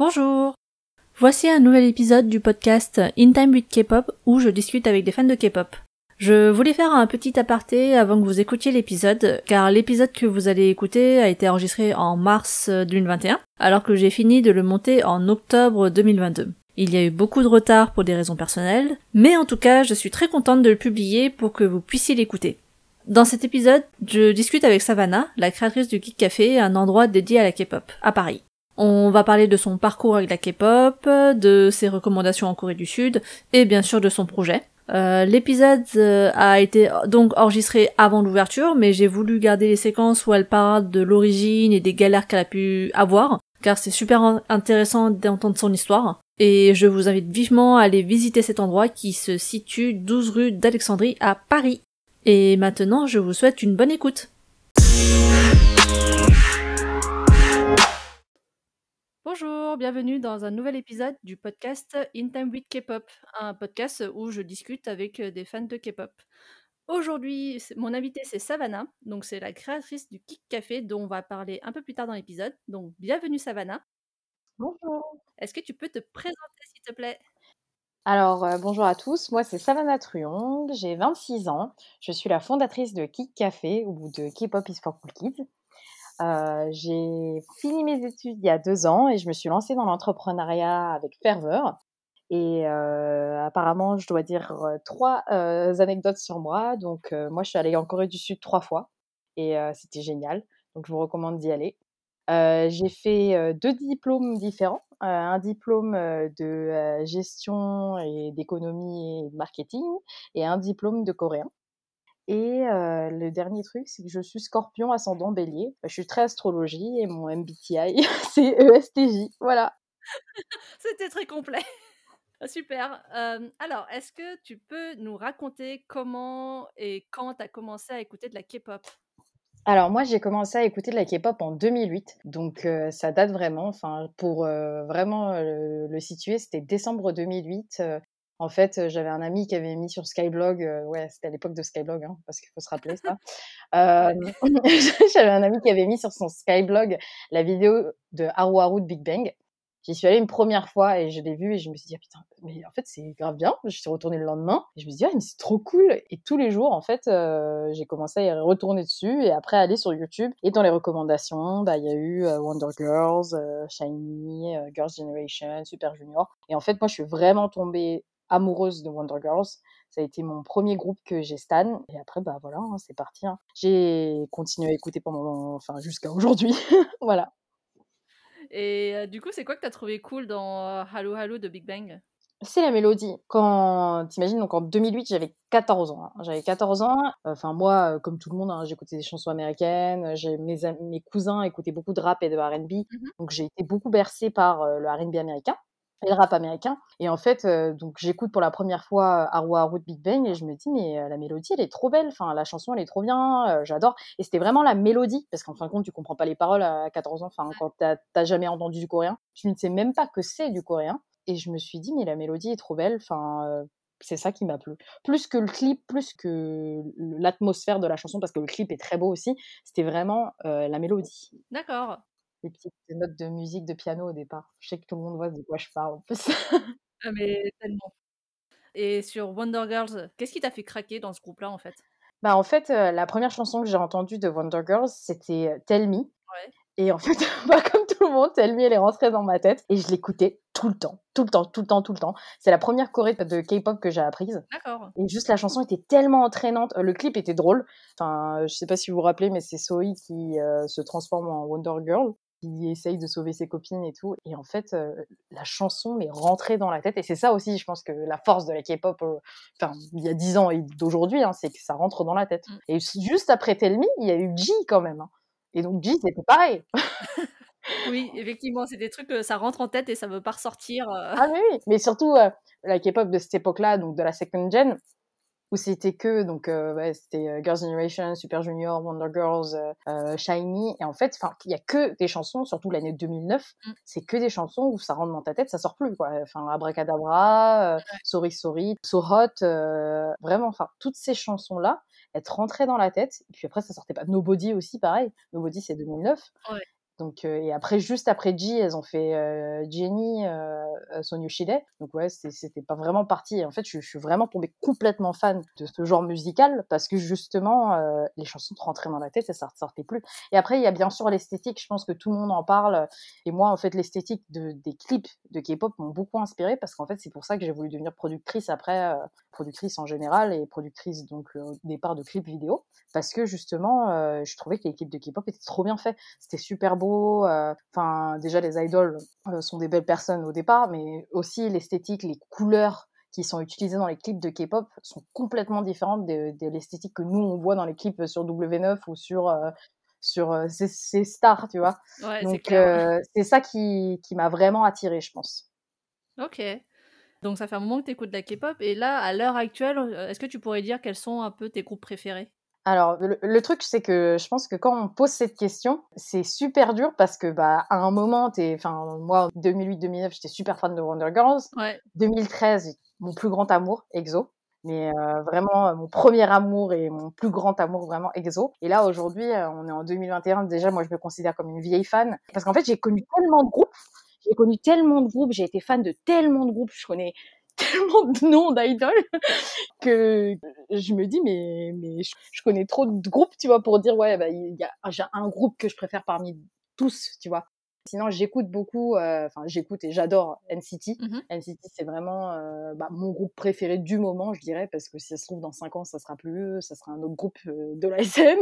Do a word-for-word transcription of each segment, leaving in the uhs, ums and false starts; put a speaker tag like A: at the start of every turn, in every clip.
A: Bonjour! Voici un nouvel épisode du podcast In Time with K-pop où je discute avec des fans de K-pop. Je voulais faire un petit aparté avant que vous écoutiez l'épisode, car l'épisode que vous allez écouter a été enregistré en mars deux mille vingt et un, alors que j'ai fini de le monter en octobre deux mille vingt-deux. Il y a eu beaucoup de retard pour des raisons personnelles, mais en tout cas, je suis très contente de le publier pour que vous puissiez l'écouter. Dans cet épisode, je discute avec Savannah, la créatrice du Geek Café, un endroit dédié à la K-pop, à Paris. On va parler de son parcours avec la K-pop, de ses recommandations en Corée du Sud, et bien sûr de son projet. Euh, l'épisode euh, a été donc enregistré avant l'ouverture, mais j'ai voulu garder les séquences où elle parle de l'origine et des galères qu'elle a pu avoir, car c'est super intéressant d'entendre son histoire. Et je vous invite vivement à aller visiter cet endroit qui se situe douze rue d'Alexandrie à Paris. Et maintenant, je vous souhaite une bonne écoute. Bonjour, bienvenue dans un nouvel épisode du podcast In Time with K-pop, un podcast où je discute avec des fans de K-pop. Aujourd'hui, mon invitée c'est Savannah, donc c'est la créatrice du Geek Café dont on va parler un peu plus tard dans l'épisode. Donc bienvenue Savannah.
B: Bonjour.
A: Est-ce que tu peux te présenter s'il te plaît?
B: Alors, euh, bonjour à tous, moi c'est Savannah Truong, j'ai vingt-six ans, je suis la fondatrice de Geek Café ou de K-pop is for cool kids. Euh, j'ai fini mes études il y a deux ans et je me suis lancée dans l'entrepreneuriat avec ferveur. Et euh, apparemment, je dois dire euh, trois euh, anecdotes sur moi. Donc, euh, moi, je suis allée en Corée du Sud trois fois et euh, c'était génial. Donc, je vous recommande d'y aller. Euh, j'ai fait euh, deux diplômes différents. Euh, un diplôme euh, de euh, gestion et d'économie et de marketing et un diplôme de coréen. Et euh, le dernier truc, c'est que je suis scorpion ascendant bélier. Je suis très astrologie et mon M B T I, c'est E S T J. Voilà.
A: C'était très complet. Super. Euh, alors, est-ce que tu peux nous raconter comment et quand tu as commencé à écouter de la K-pop?
B: Alors moi, j'ai commencé à écouter de la K-pop en deux mille huit, donc euh, ça date vraiment. Enfin, pour euh, vraiment euh, le situer, c'était décembre deux mille huit. Euh, en fait, euh, j'avais un ami qui avait mis sur Skyblog, euh, ouais, c'était à l'époque de Skyblog, hein, parce qu'il faut se rappeler ça. Euh, j'avais un ami qui avait mis sur son Skyblog la vidéo de Haru Haru de Big Bang. J'y suis allée une première fois et je l'ai vue et je me suis dit, ah, putain, mais en fait, c'est grave bien. Je suis retournée le lendemain et je me suis dit, ah, mais c'est trop cool. Et tous les jours, en fait, euh, j'ai commencé à y retourner dessus et après aller sur YouTube. Et dans les recommandations, bah, il y a eu euh, Wonder Girls, euh, SHINee, euh, Girls' Generation, Super Junior. Et en fait, moi, je suis vraiment tombée amoureuse de Wonder Girls. Ça a été mon premier groupe que j'ai stan. Et après, bah voilà, hein, c'est parti. Hein. J'ai continué à écouter pendant, enfin, jusqu'à aujourd'hui. Voilà.
A: Et euh, du coup, c'est quoi que tu as trouvé cool dans euh, Halo Halo de Big Bang?
B: C'est la mélodie. Quand t'imagines, donc en deux mille huit, j'avais quatorze ans. Hein. J'avais quatorze ans. Enfin, moi, euh, comme tout le monde, hein, j'écoutais des chansons américaines. J'ai, mes, am- mes cousins écoutaient beaucoup de rap et de R and B.
A: Mhm.
B: Donc, j'ai été beaucoup bercée par euh, le R and B américain et le rap américain. Et en fait, euh, donc j'écoute pour la première fois Haru Haru de Big Bang et je me dis, mais euh, la mélodie, elle est trop belle. Enfin, la chanson, elle est trop bien. euh, j'adore. Et c'était vraiment la mélodie. Parce qu'en fin de compte, tu comprends pas les paroles à quatorze ans. Enfin, quand t'as, t'as jamais entendu du coréen, tu ne sais même pas que c'est du coréen. Et je me suis dit, mais la mélodie est trop belle. Enfin, euh, c'est ça qui m'a plu. Plus que le clip, plus que l'atmosphère de la chanson, parce que le clip est très beau aussi, c'était vraiment euh, la mélodie.
A: D'accord.
B: Les petites notes de musique de piano au départ. Je sais que tout le monde voit de quoi je parle en plus.
A: Ah, mais tellement. Et sur Wonder Girls, qu'est-ce qui t'a fait craquer dans ce groupe-là en fait?
B: Bah, en fait, euh, la première chanson que j'ai entendue de Wonder Girls, c'était euh, Tell Me.
A: Ouais.
B: Et en fait, bah, comme tout le monde, Tell Me, elle est rentrée dans ma tête. Et je l'écoutais tout le temps, tout le temps, tout le temps, tout le temps. C'est la première choré de K-pop que j'ai apprise.
A: D'accord.
B: Et juste la chanson était tellement entraînante. Euh, Le clip était drôle. Enfin, euh, je sais pas si vous vous rappelez, mais c'est Sohee qui euh, se transforme en Wonder Girl, qui essaye de sauver ses copines et tout. Et en fait, euh, la chanson m'est rentrée dans la tête. Et c'est ça aussi, je pense que la force de la K-pop, euh, enfin, il y a dix ans et d'aujourd'hui, hein, c'est que ça rentre dans la tête.
A: Mm.
B: Et juste après Tell Me, il y a eu G quand même. Hein. Et donc G, c'était pareil.
A: Oui, effectivement, c'est des trucs que ça rentre en tête et ça veut pas ressortir. euh.
B: Ah oui, oui. Mais surtout, euh, la K-pop de cette époque-là, donc de la second gen, où c'était que donc euh, ouais, c'était euh, Girls' Generation, Super Junior, Wonder Girls, euh, euh, SHINee, et en fait, enfin, il y a que des chansons, surtout l'année deux mille neuf,
A: Mm.
B: c'est que des chansons où ça rentre dans ta tête, ça sort plus quoi. Enfin, Abracadabra, euh,
A: Ouais.
B: Sorry Sorry, So Hot, euh, vraiment, enfin, toutes ces chansons là, elles te rentraient dans la tête. Et puis après, ça sortait pas. Nobody aussi, pareil. Nobody, c'est deux mille neuf.
A: Ouais.
B: Donc, euh, et après, juste après G, elles ont fait euh, Jennie, euh, Son Yoshide. Donc ouais, c'est, c'était pas vraiment parti. Et en fait, je, je suis vraiment tombée complètement fan de ce genre musical parce que justement, euh, les chansons te rentraient dans la tête et ça ne sortait plus. Et après, il y a bien sûr l'esthétique. Je pense que tout le monde en parle. Et moi, en fait, l'esthétique de, des clips de K-pop m'ont beaucoup inspirée parce qu'en fait, c'est pour ça que j'ai voulu devenir productrice après, euh, productrice en général et productrice donc euh, au départ de clips vidéo. Parce que justement, euh, je trouvais que les clips de K-pop étaient trop bien faits. C'était super beau. Enfin, euh, déjà, les idoles euh, sont des belles personnes au départ, mais aussi l'esthétique, les couleurs qui sont utilisées dans les clips de K-pop sont complètement différentes de, de l'esthétique que nous, on voit dans les clips sur W neuf ou sur... Euh, sur euh, ces, ces stars, tu vois.
A: Ouais,
B: Donc,
A: c'est clair.
B: euh, c'est ça qui, qui m'a vraiment attirée, je pense.
A: Ok. Donc, ça fait un moment que tu écoutes de la K-pop. Et là, à l'heure actuelle, est-ce que tu pourrais dire quels sont un peu tes groupes préférés?
B: Alors, le, le truc, c'est que je pense que quand on pose cette question, c'est super dur parce que, bah, à un moment, t'es, enfin, moi, en deux mille huit deux mille neuf, j'étais super fan de Wonder Girls.
A: Ouais.
B: deux mille treize, mon plus grand amour, EXO. Mais euh, vraiment, euh, mon premier amour et mon plus grand amour, vraiment, EXO. Et là, aujourd'hui, euh, on est en deux mille vingt et un. Déjà, moi, je me considère comme une vieille fan. Parce qu'en fait, j'ai connu tellement de groupes. J'ai connu tellement de groupes. J'ai été fan de tellement de groupes. Je connais tellement de noms d'idoles que je me dis, mais, mais je, je connais trop de groupes, tu vois, pour dire, ouais, bah, il y a, j'ai un groupe que je préfère parmi tous, tu vois. Sinon, j'écoute beaucoup, enfin, euh, j'écoute et j'adore N C T. Mm-hmm. N C T, c'est vraiment euh, bah, mon groupe préféré du moment, je dirais, parce que si ça se trouve, dans cinq ans, ça sera plus eux, ça sera un autre groupe euh, de la S M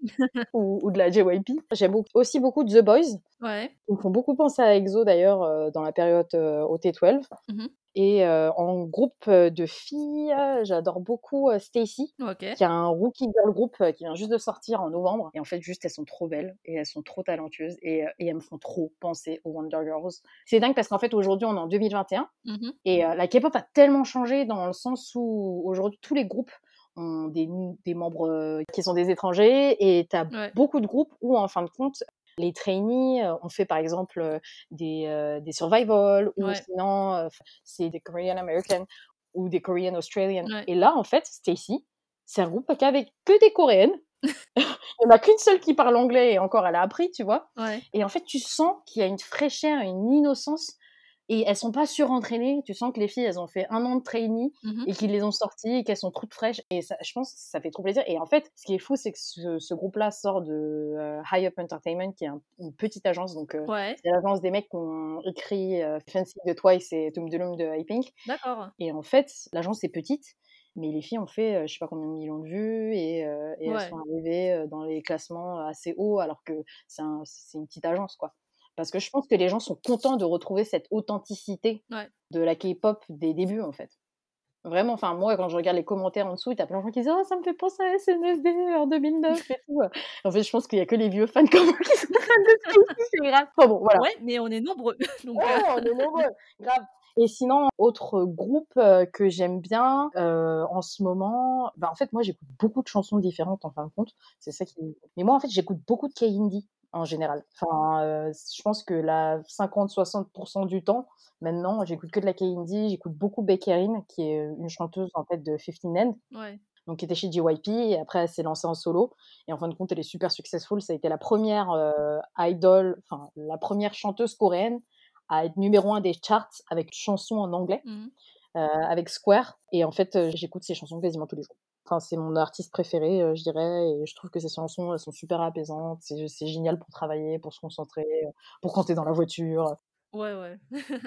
B: ou, ou de la J Y P. J'aime beaucoup, aussi beaucoup The Boys.
A: Ouais.
B: Ils me font beaucoup penser à EXO, d'ailleurs, euh, dans la période euh, O T douze. Mm-hmm. Et euh, en groupe de filles, j'adore beaucoup euh, Stacy, okay. qui a un rookie girl group euh, qui vient juste de sortir en novembre. Et en fait, juste, elles sont trop belles et elles sont trop talentueuses et, et elles me font trop penser aux Wonder Girls. C'est dingue parce qu'en fait, aujourd'hui, on est en deux mille vingt et un mm-hmm. et euh, la K-pop a tellement changé dans le sens où aujourd'hui, tous les groupes ont des, des membres euh, qui sont des étrangers et tu as ouais. beaucoup de groupes où, en fin de compte, les trainees euh, ont fait par exemple euh, des, euh, des survival ou ouais. sinon euh, c'est des Korean American ou des Korean Australian. Ouais. Et là, en fait, Stacy, c'est un groupe qu'avec que des Coréennes. Il n'y en a qu'une seule qui parle anglais et encore elle a appris, tu vois. Ouais. Et en fait, tu sens qu'il y a une fraîcheur, une innocence. Et elles sont pas surentraînées. Tu sens que les filles, elles ont fait un an de trainee mm-hmm. et qu'ils les ont sorties et qu'elles sont toutes fraîches. Et ça, je pense que ça fait trop plaisir. Et en fait, ce qui est fou, c'est que ce, ce groupe-là sort de euh, High Up Entertainment, qui est un, une petite agence. Donc, euh, ouais. c'est l'agence des mecs qui ont écrit euh, Fancy de Twice et Tum Delum de Hypink.
A: D'accord.
B: Et en fait, l'agence est petite. Mais les filles ont fait, euh, je sais pas combien de millions de vues et, euh, et ouais. elles sont arrivées dans les classements assez hauts alors que c'est, un, c'est une petite agence, quoi. Parce que je pense que les gens sont contents de retrouver cette authenticité ouais. de la K-pop des débuts, en fait. Vraiment, enfin, moi, quand je regarde les commentaires en dessous, il y a plein de gens qui disent « Oh, ça me fait penser à S N S D en deux mille neuf et tout. » En fait, je pense qu'il y a que les vieux fans comme moi qui sont fans de ça, c'est grave. Enfin, bon, voilà.
A: Ouais, mais on est nombreux. Donc,
B: ouais, on est nombreux, grave. Et sinon, autre groupe euh, que j'aime bien euh, en ce moment, bah, en fait, moi, j'écoute beaucoup de chansons différentes, en fin de compte. C'est ça qui... Mais moi, en fait, j'écoute beaucoup de K-indie. En général. Enfin, euh, je pense que la cinquante à soixante pour cent du temps, maintenant, j'écoute que de la K-indie, j'écoute beaucoup Becky Erin, qui est une chanteuse en fait de quinze and, ouais. donc qui était chez J Y P, et après elle s'est lancée en solo, et en fin de compte, elle est super successful. Ça a été la première euh, idol, enfin la première chanteuse coréenne à être numéro un des charts avec une chanson en anglais, mm-hmm. euh, avec Square, et en fait, euh, j'écoute ses chansons quasiment tous les jours. Enfin, c'est mon artiste préféré, euh, je dirais, et je trouve que ces chansons, elles sont super apaisantes, c'est, c'est génial pour travailler, pour se concentrer, pour quand t'es dans la voiture.
A: Ouais, ouais.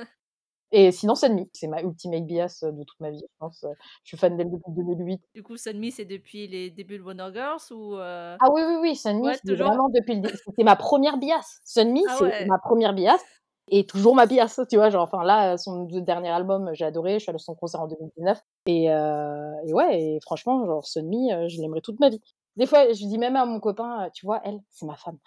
B: Et sinon, Sunmi, c'est ma ultimate bias de toute ma vie, je pense. Je suis fan d'elle depuis deux mille huit.
A: Du coup, Sunmi, c'est depuis les débuts de Wonder Girls ou euh...
B: Ah oui, oui, oui, Sunmi,
A: ouais,
B: c'est
A: toujours...
B: vraiment depuis le début. C'était ma première bias. Sunmi,
A: ah,
B: c'est
A: ouais.
B: ma première bias. Et toujours ma bias, tu vois, genre, enfin là, son dernier album, j'ai adoré, je suis allée à son concert en deux mille dix-neuf, et, euh, et ouais, et franchement, genre, Sunmi, euh, je l'aimerais toute ma vie. Des fois, je dis même à mon copain, tu vois, elle, c'est ma femme.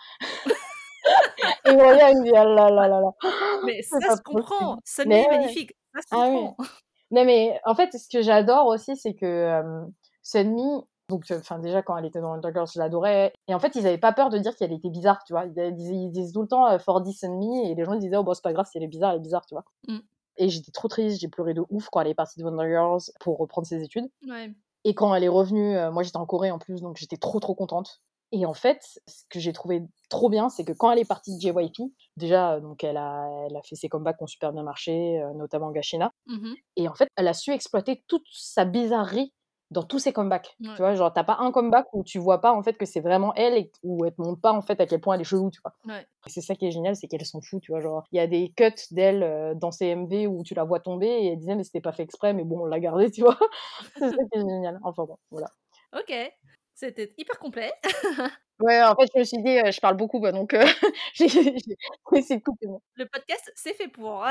B: Et il me regarde, il me dit, ah là là là là.
A: Mais ça se comprend, Sunmi est magnifique, ça se
B: ah,
A: comprend.
B: Oui. Non, mais en fait, ce que j'adore aussi, c'est que euh, Sunmi, donc, enfin, déjà, quand elle était dans Wonder Girls, je l'adorais. Et en fait, ils avaient pas peur de dire qu'elle était bizarre, tu vois. Ils disaient, ils disaient tout le temps, euh, for this Sunmi, et les gens disaient, oh, bon, c'est pas grave, si elle est bizarre, elle est bizarre, tu vois. Mm. Et j'étais trop triste, j'ai pleuré de ouf quand elle est partie de Wonder Girls pour reprendre ses études.
A: Ouais.
B: Et quand elle est revenue, euh, moi, j'étais en Corée en plus, donc j'étais trop, trop contente. Et en fait, ce que j'ai trouvé trop bien, c'est que quand elle est partie de J Y P, déjà, donc elle a elle a fait ses comebacks qui ont super bien marché, heu, notamment Gashina.
A: Mmh.
B: Et en fait, elle a su exploiter toute sa bizarrerie dans tous ses comebacks.
A: Ouais,
B: Tu vois? Genre, tu as pas un comeback où tu vois pas, en fait, que c'est vraiment elle et où elle te montre pas, en fait, à quel point elle est chelou, tu vois?
A: ouais.
B: Et c'est ça qui est génial, c'est qu'elle s'en fout, tu vois? Genre, il y a des cuts d'elle, heu, dans ses M V où tu la vois tomber et elle disait: «Mais c'était pas fait exprès, mais bon, on l'a gardé», tu vois? C'est ça qui est génial. Enfin bon, voilà.
A: OK, c'était hyper complet.
B: Ouais, en fait, je me suis dit, heu, je parle beaucoup, bah, donc heu, j'ai j'ai essayé de couper.
A: Le podcast, c'est fait pour.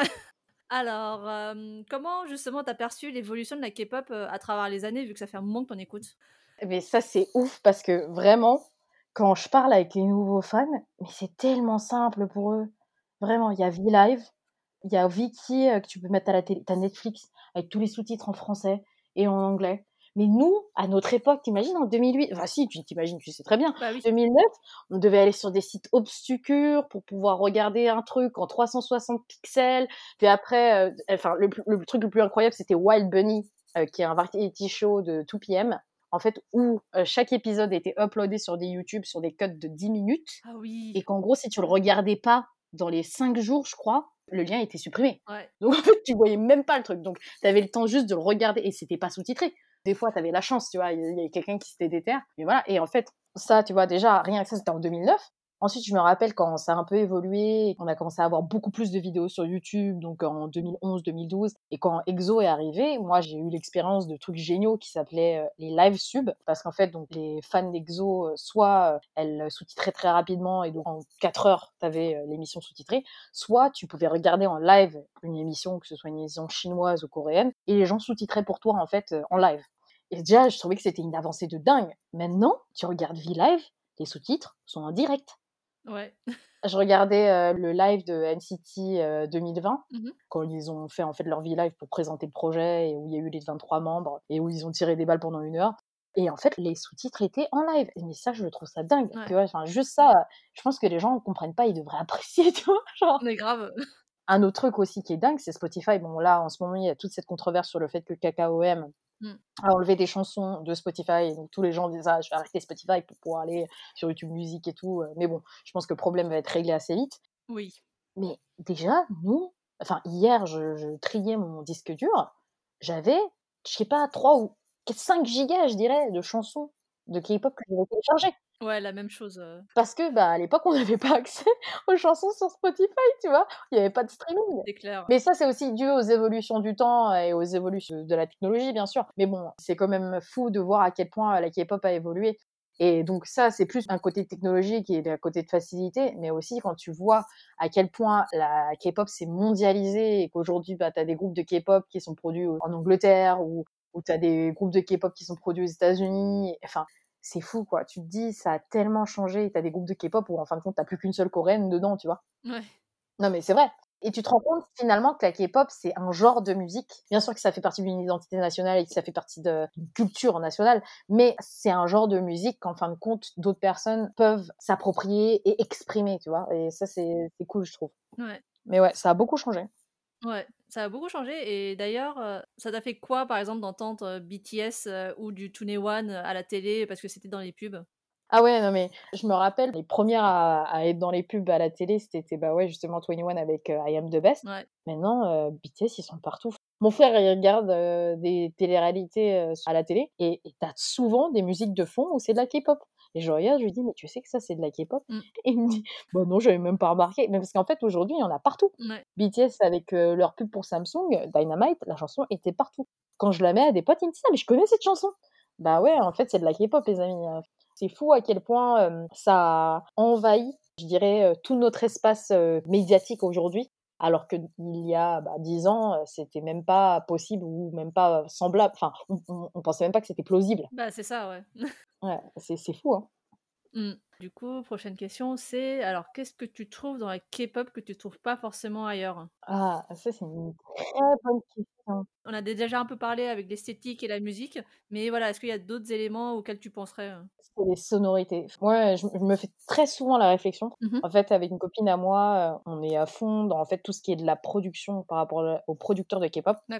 A: Alors, hem, comment justement tu as perçu l'évolution de la K-pop, heu, à travers les années, vu que ça fait un moment que tu en écoutes?
B: Mais ça, c'est ouf parce que vraiment, quand je parle avec les nouveaux fans, mais c'est tellement simple pour eux. Vraiment, il y a V-Live, il y a Viki, heu, que tu peux mettre à la télé, tu as Netflix avec tous les sous-titres en français et en anglais. Mais nous, à notre époque, tu imagines en deux mille huit, enfin si, tu t'imagines, tu sais très bien,
A: Bah oui.
B: deux mille neuf, on devait aller sur des sites obscurs pour pouvoir regarder un truc en trois cent soixante pixels. Puis après, heu, enfin le plus le truc le plus incroyable, c'était Wild Bunny, heu, qui est un variety show de deux P M, en fait, où euh, chaque épisode était uploadé sur des YouTube, sur des cuts de dix minutes,
A: Ah oui!
B: et qu'en gros, si tu le regardais pas dans les cinq jours, je crois, le lien était supprimé.
A: Ouais.
B: Donc en fait, tu voyais même pas le truc. Donc tu avais le temps juste de le regarder et c'était pas sous-titré. Des fois, tu avais la chance, tu vois, il y avait quelqu'un qui s'était déter. Mais voilà. Et en fait, ça, tu vois, déjà, rien que ça, c'était en deux mille neuf. Ensuite, je me rappelle quand ça a un peu évolué, on a commencé à avoir beaucoup plus de vidéos sur YouTube, donc en deux mille onze, deux mille douze. Et quand EXO est arrivé, moi, j'ai eu l'expérience de trucs géniaux qui s'appelaient euh, les live subs, parce qu'en fait, donc les fans d'EXO, euh, soit euh, elles sous-titraient très rapidement et donc en quatre heures, tu avais euh, l'émission sous-titrée, soit tu pouvais regarder en live une émission, que ce soit une émission chinoise ou coréenne, et les gens sous-titraient pour toi en fait euh, en live. Et déjà, je trouvais que c'était une avancée de dingue. Maintenant, tu regardes V-Live, les sous-titres sont en direct.
A: Ouais.
B: Je regardais euh, le live de N C T euh, deux mille vingt,
A: Mmh.
B: quand ils ont fait en fait leur V-Live pour présenter le projet et où il y a eu les vingt-trois membres et où ils ont tiré des balles pendant une heure. Et en fait, les sous-titres étaient en live. Et mais ça, je trouve ça dingue.
A: Ouais.
B: Tu vois, enfin, juste ça, je pense que les gens ne comprennent pas, ils devraient apprécier, tu vois. Genre.
A: Mais grave.
B: Un autre truc aussi qui est dingue, c'est Spotify. Bon, là, en ce moment, il y a toute cette controverse sur le fait que K K O M
A: Mmh.
B: a enlevé des chansons de Spotify. Et donc, tous les gens disent, ah, je vais arrêter Spotify pour pouvoir aller sur YouTube Music et tout. Mais bon, je pense que le problème va être réglé assez vite.
A: Oui.
B: Mais déjà, nous, enfin, hier, je, je triais mon disque dur. J'avais, je sais pas, trois ou cinq gigas, je dirais, de chansons de K-pop que j'avais téléchargées.
A: Ouais, la même chose, heu,
B: Parce que, bah, à l'époque, on n'avait pas accès aux chansons sur Spotify, tu vois? Il y avait pas de streaming.
A: c'est clair.
B: Mais ça, c'est aussi dû aux évolutions du temps et aux évolutions de la technologie, bien sûr. Mais bon, c'est quand même fou de voir à quel point la K-pop a évolué. Et donc ça, c'est plus un côté technologique et un côté de facilité, mais aussi quand tu vois à quel point la K-pop s'est mondialisée et qu'aujourd'hui, bah, tu as des groupes de K-pop qui sont produits en Angleterre ou, ou tu as des groupes de K-pop qui sont produits aux États-Unis. Enfin, c'est fou, quoi. Tu te dis, ça a tellement changé. Tu as des groupes de K-pop où, en fin de compte, tu plus qu'une seule coréenne dedans, tu vois.
A: Ouais.
B: Non, mais c'est vrai. Et tu te rends compte finalement que la K-pop, c'est un genre de musique. Bien sûr que ça fait partie d'une identité nationale et que ça fait partie de- d'une culture nationale, mais c'est un genre de musique qu'en fin de compte, d'autres personnes peuvent s'approprier et exprimer, tu vois. Et ça, c'est c'est cool, je trouve.
A: Ouais.
B: Mais ouais, ça a beaucoup changé.
A: Ouais, ça a beaucoup changé et d'ailleurs, heu, ça t'a fait quoi, par exemple, d'entendre, heu, B T S, heu, ou du twenty-one à la télé parce que c'était dans les pubs?
B: Ah ouais, non, mais je me rappelle, les premières à, à être dans les pubs à la télé, c'était bah ouais, justement twenty-one avec euh, I Am the Best.
A: Ouais.
B: Maintenant, euh, B T S, ils sont partout. Mon frère, il regarde euh, des télé-réalités euh, à la télé et et t'as souvent des musiques de fond où c'est de la K-pop. Et je regarde, je lui dis, mais tu sais que ça, c'est de la K-pop?
A: Mmh.
B: Et il me dit, bah non, j'avais même pas remarqué. Mais parce qu'en fait, aujourd'hui, il y en a partout.
A: Ouais.
B: B T S, avec euh, leur pub pour Samsung, Dynamite, la chanson était partout. Quand je la mets à des potes, ils me disent, ah, mais je connais cette chanson. Bah ouais, en fait, c'est de la K-pop, les amis. C'est fou à quel point euh, ça a envahi, je dirais, euh, tout notre espace euh, médiatique aujourd'hui, alors qu'il y a bah, dix ans, euh, c'était même pas possible ou même pas semblable. Enfin, on, on, on pensait même pas que c'était plausible.
A: Bah, c'est ça, ouais.
B: Ouais, c'est, c'est fou, hein.
A: Mmh. Du coup, prochaine question, c'est alors qu'est-ce que tu trouves dans la K-pop que tu trouves pas forcément ailleurs?
B: Ah, ça, c'est une très bonne question.
A: On a déjà un peu parlé avec l'esthétique et la musique, mais voilà, est-ce qu'il y a d'autres éléments auxquels tu penserais, heu?
B: C'est les sonorités. Ouais, je, je me fais très souvent la réflexion.
A: Mmh.
B: En fait, avec une copine à moi, euh, on est à fond dans en fait tout ce qui est de la production par rapport au- aux producteurs de K-pop.
A: D'accord.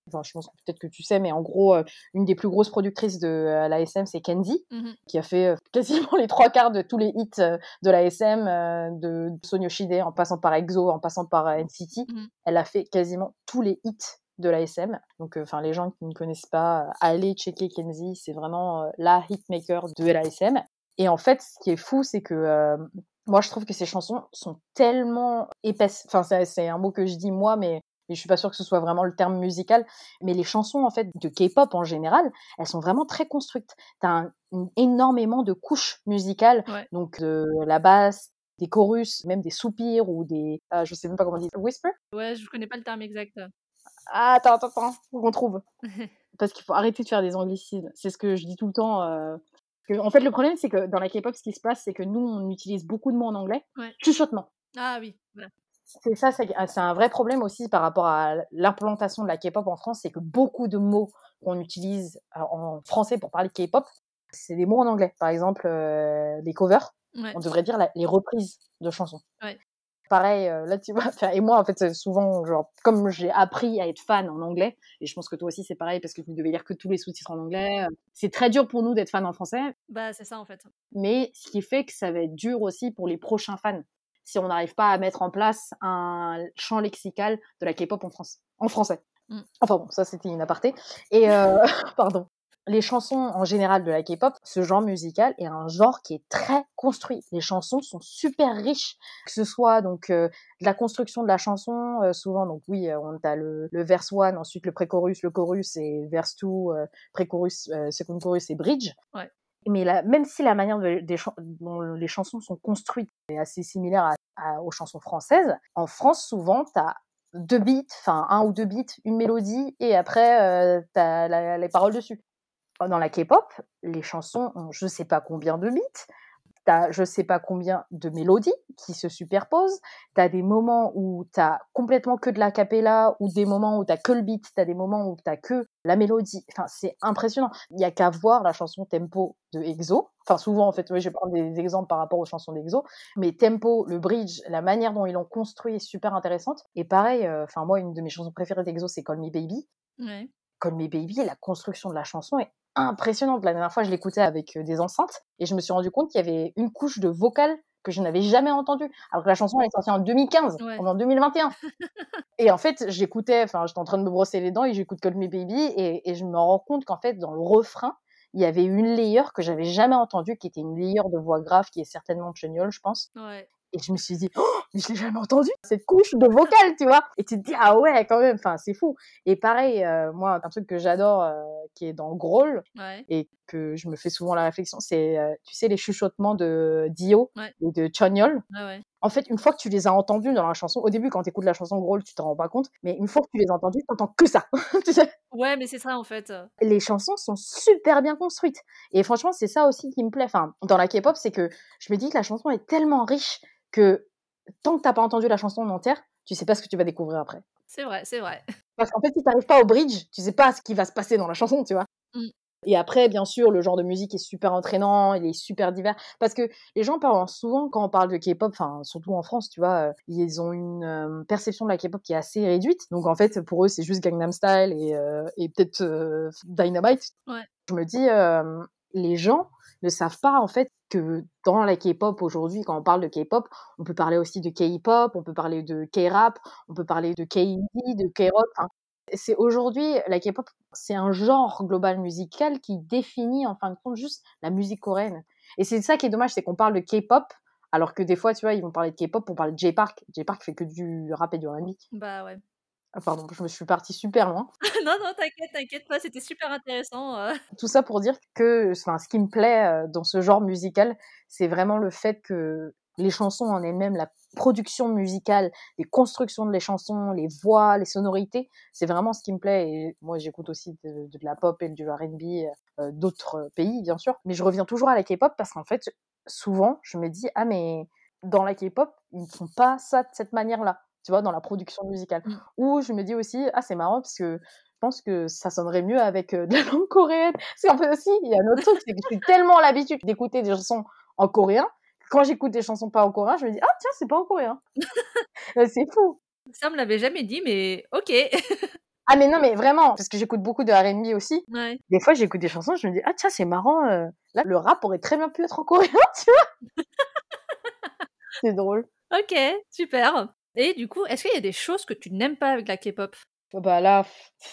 B: Enfin, je pense peut-être que tu sais, mais en gros, euh, une des plus grosses productrices de euh, l'A S M, c'est Kenzie,
A: Mm-hmm.
B: qui a fait euh, quasiment les trois quarts de tous les hits euh, de l'A S M, euh, de Son Yoshide, en passant par EXO, en passant par euh, N C T. Mm-hmm. Elle a fait quasiment tous les hits de l'A S M. Donc, enfin, euh, les gens qui ne connaissent pas, euh, allez checker Kenzie, c'est vraiment euh, la hitmaker de l'A S M. Et en fait, ce qui est fou, c'est que euh, moi, je trouve que ces chansons sont tellement épaisses. Enfin, c'est, c'est un mot que je dis moi, mais et je suis pas sûre que ce soit vraiment le terme musical, mais les chansons en fait de K-pop en général, elles sont vraiment très construites. T'as un, un, énormément de couches musicales, ouais. Donc de la basse, des chorus, même des soupirs ou des, euh, je sais même pas comment on dit, whisper.
A: Ouais, je connais pas le terme exact.
B: Ah, attends, attends, attends, faut qu'on trouve. Parce qu'il faut arrêter de faire des anglicismes. C'est ce que je dis tout le temps. Euh, que, en fait, le problème c'est que dans la K-pop, ce qui se passe, c'est que nous, on utilise beaucoup de mots en anglais. Ouais. Chuchotement.
A: Ah oui. Voilà.
B: C'est ça, c'est, c'est un vrai problème aussi par rapport à l'implantation de la K-pop en France, c'est que beaucoup de mots qu'on utilise en français pour parler de K-pop, c'est des mots en anglais. Par exemple, euh, les covers, ouais. On devrait dire la, les reprises de chansons. Ouais. Pareil, euh, là tu vois, et moi en fait souvent, genre, comme j'ai appris à être fan en anglais, et je pense que toi aussi c'est pareil parce que vous devez lire que tous les sous-titres en anglais, c'est très dur pour nous d'être fan en français.
A: Bah c'est ça en fait.
B: Mais ce qui fait que ça va être dur aussi pour les prochains fans. Si on n'arrive pas à mettre en place un champ lexical de la K-pop en France, en français. Mm. Enfin bon, ça c'était une aparté. Et euh, pardon. Les chansons en général de la K-pop, ce genre musical est un genre qui est très construit. Les chansons sont super riches, que ce soit donc euh, de la construction de la chanson, euh, souvent donc oui, on a le, le verse one, ensuite le pré-chorus, le chorus et verse two, euh, pré-chorus, euh, second chorus et bridge. Ouais. Mais la, même si la manière de, des ch- dont les chansons sont construites est assez similaire à, à, aux chansons françaises, en France, souvent, t'as deux beats, enfin un ou deux beats, une mélodie, et après, euh, t'as la, les paroles dessus. Dans la K-pop, les chansons ont je sais pas combien de beats, t'as je sais pas combien de mélodies qui se superposent, t'as des moments où t'as complètement que de la cappella, ou des moments où t'as que le beat, t'as des moments où t'as que la mélodie, enfin c'est impressionnant. Il y a qu'à voir la chanson Tempo de EXO, enfin souvent en fait, ouais, je vais prendre des exemples par rapport aux chansons d'EXO, mais Tempo, le bridge, la manière dont ils l'ont construit est super intéressante, et pareil, enfin euh, moi une de mes chansons préférées d'EXO c'est Call Me Baby. Ouais. Call Me Baby, la construction de la chanson est impressionnante. La dernière fois, je l'écoutais avec des enceintes et je me suis rendu compte qu'il y avait une couche de vocal que je n'avais jamais entendue. Alors que la chanson, elle est sortie en deux mille quinze, ouais. En deux mille vingt et un. Et en fait, j'écoutais, enfin, j'étais en train de me brosser les dents et j'écoute Call Me Baby et, et je me rends compte qu'en fait, dans le refrain, il y avait une layer que j'avais jamais entendue, qui était une layer de voix grave, qui est certainement Cheonyol, je pense. Ouais. Et je me suis dit, oh, mais je l'ai jamais entendu, cette couche de vocal, tu vois. Et tu te dis, ah ouais, quand même, enfin, c'est fou. Et pareil, euh, moi, un truc que j'adore, euh, qui est dans Growl, ouais. Et que je me fais souvent la réflexion, c'est, euh, tu sais, les chuchotements de Dio, ouais. Et de Cheonyol. Ouais, ouais. En fait, une fois que tu les as entendus dans la chanson, au début, quand tu écoutes la chanson Growl, tu t'en rends pas compte, mais une fois que tu les as entendus, tu n'entends que ça. Tu sais.
A: Ouais, mais c'est ça, en fait.
B: Les chansons sont super bien construites. Et franchement, c'est ça aussi qui me plaît. Enfin, dans la K-pop, c'est que je me dis que la chanson est tellement riche que tant que t'as pas entendu la chanson en entière, tu sais pas ce que tu vas découvrir après.
A: C'est vrai, c'est vrai.
B: Parce qu'en fait, si t'arrives pas au bridge, tu sais pas ce qui va se passer dans la chanson, tu vois. Mm. Et après, bien sûr, le genre de musique est super entraînant, il est super divers. Parce que les gens parlent souvent, quand on parle de K-pop, enfin, surtout en France, tu vois, euh, ils ont une euh, perception de la K-pop qui est assez réduite. Donc, en fait, pour eux, c'est juste Gangnam Style et, euh, et peut-être euh, Dynamite. Ouais. Je me dis, euh, les gens ne savent pas, en fait, que dans la K-pop aujourd'hui, quand on parle de K-pop, on peut parler aussi de K-pop, on peut parler de K-rap, on peut parler de K-indie, de K-rock. Hein. C'est aujourd'hui, la K-pop, c'est un genre global musical qui définit en fin de compte juste la musique coréenne. Et c'est ça qui est dommage, c'est qu'on parle de K-pop, alors que des fois, tu vois, ils vont parler de K-pop pour parler de J-Park. J-Park fait que du rap et du R and B.
A: Bah ouais.
B: Ah, pardon, je me suis partie super loin.
A: non, non, t'inquiète, t'inquiète pas, c'était super intéressant. Euh.
B: Tout ça pour dire que, enfin, ce qui me plaît dans ce genre musical, c'est vraiment le fait que les chansons en elles-mêmes, la production musicale, les constructions de les chansons, les voix, les sonorités, c'est vraiment ce qui me plaît. Et moi, j'écoute aussi de, de la pop et du R and B euh, d'autres pays, bien sûr. Mais je reviens toujours à la K-pop parce qu'en fait, souvent, je me dis, ah, mais dans la K-pop, ils ne font pas ça de cette manière-là, tu vois, dans la production musicale. Mm. Ou je me dis aussi, ah, c'est marrant parce que je pense que ça sonnerait mieux avec euh, de la langue coréenne. Parce qu'en fait aussi, il y a un autre truc, c'est que j'ai tellement l'habitude d'écouter des chansons en coréen, quand j'écoute des chansons pas en coréen, je me dis, ah tiens, c'est pas en coréen. C'est fou.
A: Ça me l'avait jamais dit, mais ok.
B: Ah mais non, mais vraiment, parce que j'écoute beaucoup de R and B aussi.
A: Ouais.
B: Des fois, j'écoute des chansons, je me dis: «Ah tiens, c'est marrant, heu, là, le rap aurait très bien pu être en coréen», tu vois? C'est drôle.
A: OK, super. Et du coup, est-ce qu'il y a des choses que tu n'aimes pas avec la K-pop?
B: Oh bah là,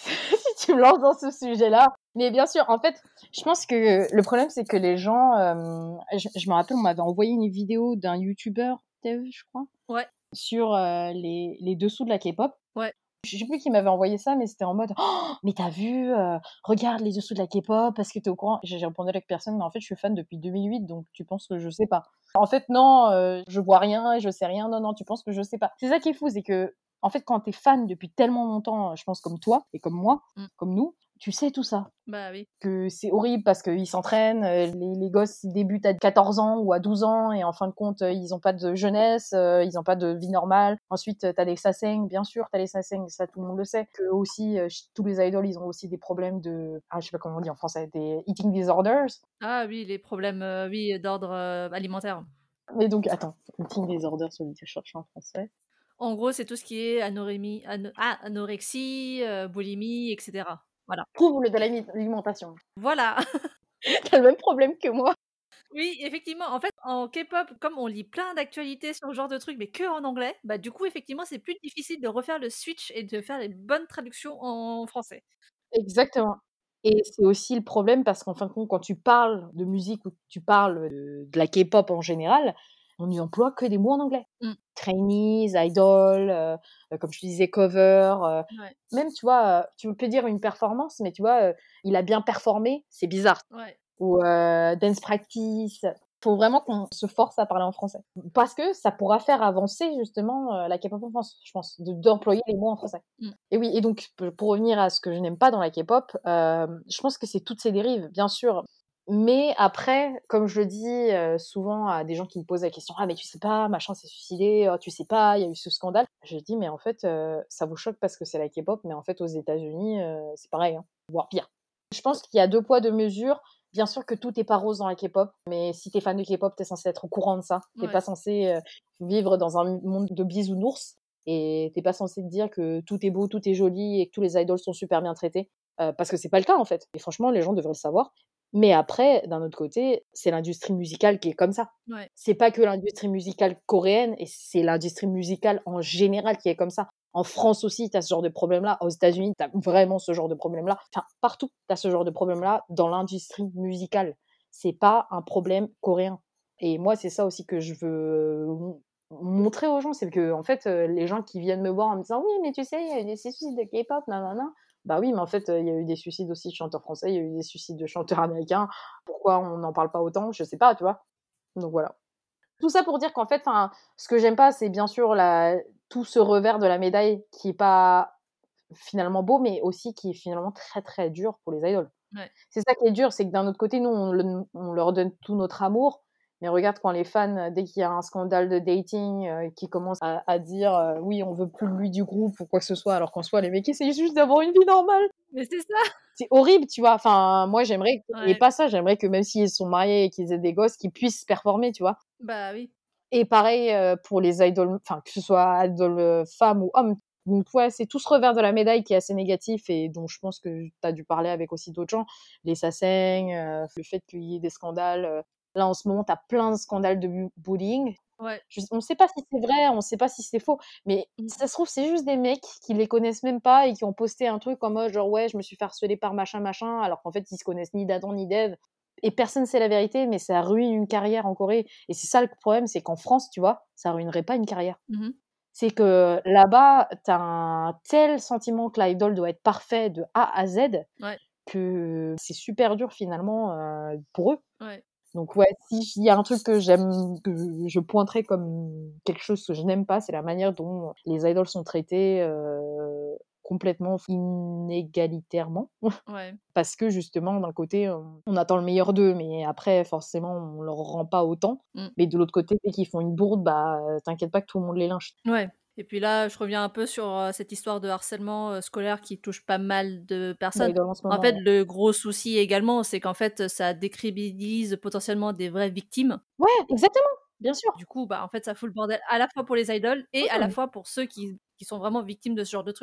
B: si tu me lances dans ce sujet-là, mais bien sûr, en fait, je pense que le problème, c'est que les gens, hem, je je me rappelle, on m'avait envoyé une vidéo d'un youtubeur, tu as vu, je crois,
A: Ouais,
B: sur, heu, les les dessous de la K-pop.
A: ouais.
B: Je sais plus qui m'avait envoyé ça, mais c'était en mode: «Oh, mais tu as vu, heu, regarde les dessous de la K-pop, est-ce que tu es au courant?» J'ai j'ai répondu avec personne, mais en fait, je suis fan depuis deux mille huit, donc tu penses que je sais pas. En fait, non, heu, je vois rien et je sais rien. Non, non, tu penses que je sais pas. C'est ça qui est fou, c'est qu'en fait, quand tu es fan depuis tellement longtemps, je pense comme toi et comme moi,
A: Mmh.
B: comme nous, tu sais tout ça.
A: Bah oui.
B: Que c'est horrible parce qu'ils s'entraînent, heu, les les gosses, ils débutent à quatorze ans ou à douze ans et en fin de compte, heu, ils ont pas de jeunesse, heu, ils ont pas de vie normale. Ensuite, heu, tu as les sasaeng, bien sûr, tu as les sasaeng, ça tout le monde le sait. Qu'eux aussi, heu, ch tous les idoles, ils ont aussi des problèmes de ah, je sais pas comment on dit en français, des eating disorders.
A: Ah oui, les problèmes, heu, oui, d'ordre, heu, alimentaire.
B: Mais donc attends, eating disorders, celui que je cherche en français.
A: En gros, c'est tout ce qui est anorémie ano ah, anorexie, heu, boulimie et cetera. Voilà.
B: Trouble de l'ami l'alimentation.
A: Voilà!
B: Tu as le même problème que moi.
A: Oui, effectivement, en fait, en K-pop, comme on lit plein d'actualités sur ce genre de trucs, mais que en anglais, bah, du coup, effectivement, c'est plus difficile de refaire le switch et de faire les bonnes traductions en français.
B: Exactement et c'est aussi le problème parce qu'en fin de compte, quand tu parles de musique ou tu parles, de de la K-pop en général, on n'y emploie que des mots en anglais.
A: Mmh.
B: Trainees, idol, heu heu, comme je te disais cover, heu,
A: Ouais,
B: même tu vois, heu, tu peux dire une performance, mais tu vois, heu, il a bien performé, c'est bizarre
A: ouais,
B: ou heu, dance practice. Faut vraiment qu'on se force à parler en français. Parce que ça pourra faire avancer justement, heu, la K-pop en France, je pense, de d'employer les mots en français.
A: mmh,
B: Et oui et donc p pour revenir à ce que je n'aime pas dans la K-pop, hem, je pense que c'est toutes ces dérives, bien sûr. Mais après, comme je le dis, heu, souvent à des gens qui me posent la question: «Ah mais tu sais pas, machin s'est suicidé, oh tu sais pas, il y a eu ce scandale». Je dis: «Mais en fait, heu, ça vous choque parce que c'est la K-pop, mais en fait aux États-Unis, heu, c'est pareil, hein, voire pire». Je pense qu'il y a deux poids, deux mesures. Bien sûr que tout est pas rose dans la K-pop, mais si tu es fan de K-pop, tu es censé être au courant de ça. Tu es
A: ouais,
B: pas censé, heu, vivre dans un monde de bisounours et tu es pas censé te dire que tout est beau, tout est joli et que tous les idoles sont super bien traités, heu, parce que c'est pas le cas, en fait et franchement, les gens devraient le savoir. Mais après, d'un autre côté, c'est l'industrie musicale qui est comme ça.
A: ouais.
B: C'est pas que l'industrie musicale coréenne et c'est l'industrie musicale en général qui est comme ça. En France aussi, tu as ce genre de problème-là. Aux États-Unis, tu as vraiment ce genre de problème-là. Enfin, partout, tu as ce genre de problème-là dans l'industrie musicale. C'est pas un problème coréen. Et moi, c'est ça aussi que je veux m montrer aux gens, c'est que en fait, heu, les gens qui viennent me voir en me disant: «Oui, mais tu sais, il y a eu des suicides de K-pop, nanana». Bah oui, mais en fait, heu, il y a eu des suicides aussi de chanteurs français, il y a eu des suicides de chanteurs américains. Pourquoi on n'en parle pas autant? Je sais pas, tu vois? Donc voilà. Tout ça pour dire qu'en fait, enfin, ce que j'aime pas, c'est bien sûr la tout ce revers de la médaille qui est pas finalement beau, mais aussi qui est finalement très, très dur pour les idoles.
A: Ouais.
B: C'est ça qui est dur, c'est que d'un autre côté, nous, on le on leur donne tout notre amour, mais regarde quand les fans, heu, dès qu'il y a un scandale de dating, heu, qui commencent à à dire, heu: «Oui, on veut plus de lui du groupe» ou quoi que ce soit, alors qu'en soi, les mecs essayent juste d'avoir une vie normale.
A: Mais c'est ça!
B: C'est horrible, tu vois? Enfin, moi, j'aimerais qu'il y ait
A: Ouais,
B: pas ça, j'aimerais que même s'ils sont mariés et qu'ils aient des gosses, qu'ils puissent performer, tu vois?
A: bah oui.
B: Et pareil, heu, pour les idoles enfin, que ce soit idoles, heu, femmes ou hommes. Donc ouais, c'est tout ce revers de la médaille qui est assez négatif et dont je pense que tu as dû parler avec aussi d'autres gens. Les sasaeng, heu, le fait qu'il y ait des scandales, heu, là, en ce moment, tu as plein de scandales de bu bullying.
A: Ouais.
B: Je on sait pas si c'est vrai, on sait pas si c'est faux, mais
A: Mmh.
B: ça se trouve, c'est juste des mecs qui les connaissent même pas et qui ont posté un truc en mode genre: «Ouais, je me suis fait harceler par machin, machin», alors qu'en fait, ils se connaissent ni d'Adam ni d'Ève et personne sait la vérité, mais ça ruine une carrière en Corée et c'est ça le problème, c'est qu'en France, tu vois, ça ruinerait pas une carrière.
A: Mmh mh.
B: C'est que là-bas, tu as un tel sentiment que l'idol doit être parfait de A à Z
A: Ouais,
B: que c'est super dur finalement, heu, pour eux.
A: ouais.
B: Donc ouais, s'il y a un truc que j'aime, que je pointerais comme quelque chose que je n'aime pas, c'est la manière dont les idoles sont traitées, heu, complètement inégalitairement.
A: Ouais.
B: Parce que justement, d'un côté, on on attend le meilleur d'eux, mais après forcément, on leur rend pas autant.
A: Mmh.
B: Mais de l'autre côté, dès qu'ils font une bourde, bah, t'inquiète pas que tout le monde les lynche.
A: Ouais et puis là, je reviens un peu sur, heu, cette histoire de harcèlement, heu, scolaire qui touche pas mal de personnes.
B: D'idol en ce
A: En
B: moment,
A: fait,
B: ouais.
A: le gros souci également, c'est qu'en fait, ça décrédibilise potentiellement des vraies victimes.
B: Ouais, exactement, bien sûr.
A: Du coup, bah, en fait, ça fout le bordel à la fois pour les idoles et à la
B: Mmh.
A: fois pour ceux qui qui sont vraiment victimes de ce genre de truc.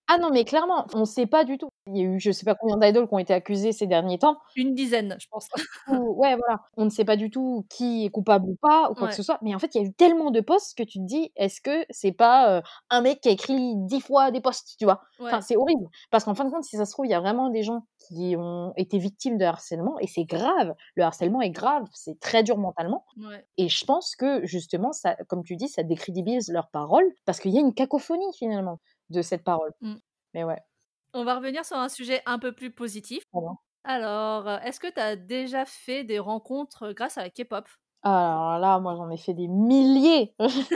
B: Ah non, mais clairement, on sait pas du tout. Il y a eu je sais pas combien d'idoles qui ont été accusées ces derniers temps.
A: Une dizaine, je pense.
B: Ou ouais, voilà, on ne sait pas du tout qui est coupable ou pas ou quoi que
A: Ouais.
B: ce soit, mais en fait, il y a eu tellement de posts que tu te dis: «Est-ce que c'est pas, heu, un mec qui a écrit dix fois des posts?» tu vois? Enfin,
A: Ouais.
B: c'est horrible parce qu'en fin de compte, si ça se trouve, il y a vraiment des gens qui ont été victimes de harcèlement et c'est grave. Le harcèlement est grave, c'est très dur mentalement
A: Ouais.
B: et je pense que justement ça, comme tu dis, ça décrédibilise leurs paroles parce qu'il y a une cacophonie finalement de cette parole.
A: Mmh.
B: Mais ouais.
A: On va revenir sur un sujet un peu plus positif. Alors, heu, est-ce que tu as déjà fait des rencontres, grâce à la K-pop?
B: Alors là, moi, j'en ai fait des milliers!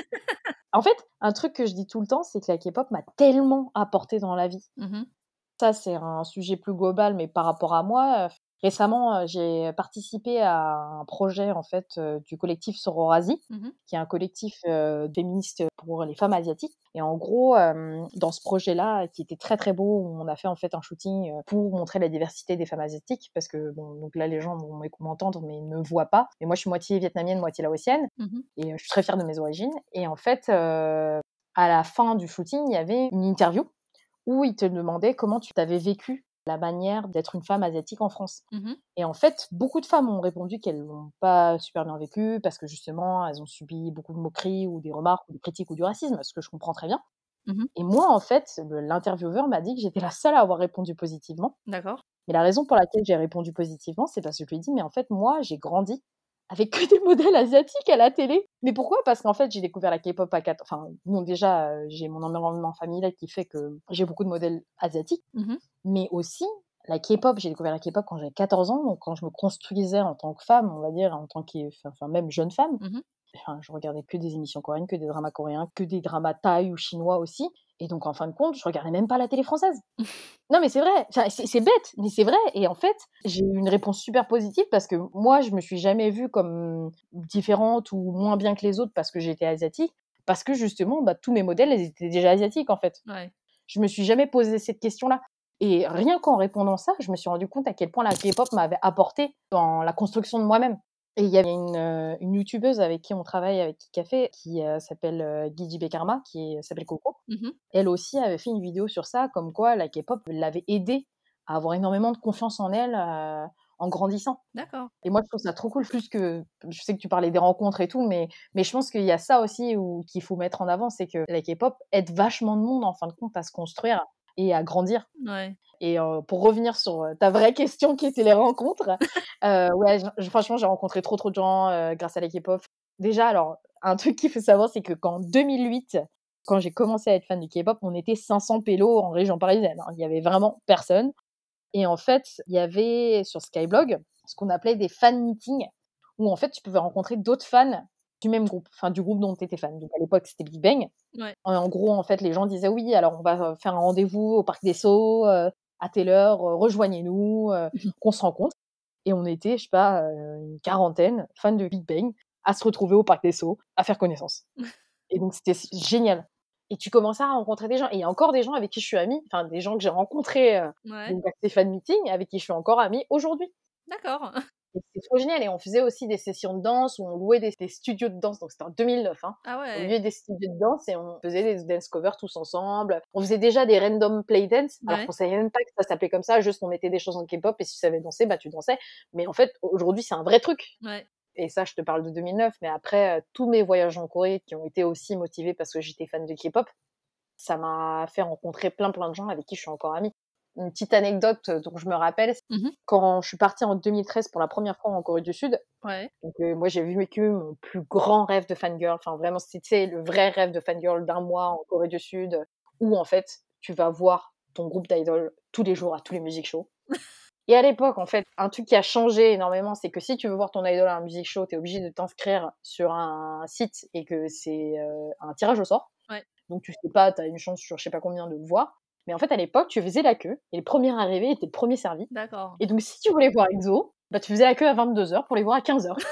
B: En fait, un truc que je dis tout le temps, c'est que la K-pop m'a tellement apporté dans la vie.
A: Mmh mh.
B: Ça, c'est un sujet plus global, mais par rapport à moi, heu, récemment, heu, j'ai participé à un projet, en fait, heu, du collectif Sororasi,
A: Mmh mh.
B: qui est un collectif, heu, féministe pour les femmes asiatiques et en gros, hem, dans ce projet-là, qui était très, très beau, on a fait, en fait, un shooting, heu, pour montrer la diversité des femmes asiatiques parce que bon, donc là, les gens vont m'éc m'entendre mais ils ne me voient pas. Mais moi, je suis moitié vietnamienne, moitié laotienne
A: Mmh mh.
B: et heu, je suis très fière de mes origines et en fait, heu, à la fin du shooting, il y avait une interview où ils te demandaient comment tu avais vécu la manière d'être une femme asiatique en France.
A: Mmh mh.
B: Et en fait, beaucoup de femmes ont répondu qu'elles l'ont pas super bien vécu parce que justement, elles ont subi beaucoup de moqueries ou des remarques ou des critiques ou du racisme, ce que je comprends très bien.
A: Mmh mh.
B: Et moi, en fait, le l'intervieweur m'a dit que j'étais la seule à avoir répondu positivement.
A: D'accord.
B: Mais la raison pour laquelle j'ai répondu positivement, c'est parce que je lui ai dit: «Mais en fait, moi, j'ai grandi avec que des modèles asiatiques à la télé». Mais pourquoi? Parce qu'en fait, j'ai découvert la K-pop à quat enfin, bon, déjà, heu, j'ai mon environnement familial qui fait que j'ai beaucoup de modèles asiatiques,
A: Mmh mh.
B: mais aussi la K-pop, j'ai découvert la K-pop quand j'avais quatorze ans, donc quand je me construisais en tant que femme, on va dire, en tant que enfin enfin, même jeune femme.
A: Mmh mh.
B: Enfin, je regardais que des émissions coréennes, que des dramas coréens, que des dramas thaïs ou chinois aussi et donc en fin de compte, je regardais même pas la télé française. Non, mais c'est vrai, enfin, c'est c'est bête, mais c'est vrai et en fait, j'ai eu une réponse super positive parce que moi, je me suis jamais vue comme différente ou moins bien que les autres parce que j'étais asiatique, parce que justement, bah, tous mes modèles, ils étaient déjà asiatiques, en fait.
A: Ouais.
B: Je me suis jamais posé cette question-là et rien qu'en répondant ça, je me suis rendu compte à quel point la K-pop m'avait apporté dans la construction de moi-même et il y avait une, heu, une youtubeuse avec qui on travaille, avec Kikafé, qui, heu, s'appelle, heu, Gigi Karma, qui est s'appelle Coco.
A: Mmh mh.
B: Elle aussi avait fait une vidéo sur ça, comme quoi la K-pop l'avait aidée à avoir énormément de confiance en elle, heu, en grandissant
A: D'accord.
B: et moi, je trouve ça trop cool, plus que je sais que tu parlais des rencontres et tout, mais mais je pense qu'il y a ça aussi où qu'il faut mettre en avant, c'est que la K-pop aide vachement de monde, en fin de compte, à se construire et à grandir
A: Ouais.
B: et heu, pour revenir sur, heu, ta vraie question qui était les rencontres, heu, ouais, j franchement, j'ai rencontré trop, trop de gens, heu, grâce à la K-pop. Déjà, alors, un truc qu'il faut savoir, c'est que qu'en deux mille huit, quand j'ai commencé à être fan du K-pop, on était cinq cents pélos en région parisienne, hein. Il y avait vraiment personne et en fait, il y avait sur Skyblog, ce qu'on appelait des fan meetings où en fait, tu pouvais rencontrer d'autres fans du même groupe, enfin du groupe dont tu étais fan. Donc à l'époque, c'était Big Bang.
A: Ouais.
B: En en gros, en fait, les gens disaient: «Oui, alors on va, heu, faire un rendez-vous au parc des Sceaux, heu, à telle heure, heu, rejoignez-nous, heu,
A: Mmh mh.
B: qu'on se rencontre» et on était, je sais pas, heu, une quarantaine, fans de Big Bang, à se retrouver au parc des Sceaux, à faire connaissance et donc c'était s génial et tu commençais à rencontrer des gens et il y a encore des gens avec qui je suis amie, enfin des gens que j'ai rencontrés, heu,
A: Ouais.
B: donc à ces fan meetings avec qui je suis encore amie aujourd'hui.
A: D'accord.
B: Et c'est trop génial et on faisait aussi des sessions de danse où on louait des des studios de danse, donc c'était en deux mille neuf, hein.
A: Ah
B: On
A: ouais.
B: louait des studios de danse et on faisait des dance covers tous ensemble. On faisait déjà des random play dance, alors
A: Ouais.
B: qu'on savait même pas que ça s'appelait comme ça, juste on mettait des chansons de K-pop et si tu savais danser, bah, tu dansais. Mais en fait, aujourd'hui, c'est un vrai truc
A: Ouais.
B: et ça, je te parle de deux mille neuf, mais après, heu, tous mes voyages en Corée qui ont été aussi motivés parce que j'étais fan de K-pop, ça m'a fait rencontrer plein, plein de gens avec qui je suis encore amie. Une petite anecdote, heu, dont je me rappelle,
A: Mmh mh.
B: quand je suis partie en deux mille treize pour la première fois en Corée du Sud,
A: Ouais.
B: donc heu, moi j'ai vécu mon plus grand rêve de fangirl, enfin vraiment c'était, tu sais, le vrai rêve de fangirl d'un mois en Corée du Sud, où en fait, tu vas voir ton groupe d'idoles tous les jours à tous les music shows et à l'époque, en fait, un truc qui a changé énormément, c'est que si tu veux voir ton idole à un music show, tu es obligé de t'inscrire sur un site et que c'est, heu, un tirage au sort.
A: Ouais.
B: Donc tu sais pas, tu as une chance sur je sais pas combien de le voir. Mais en fait, à l'époque, tu faisais la queue et le premier arrivé était le premier servi.
A: D'accord.
B: Et donc si tu voulais voir EXO, bah, tu faisais la queue à vingt-deux heures pour les voir à quinze heures.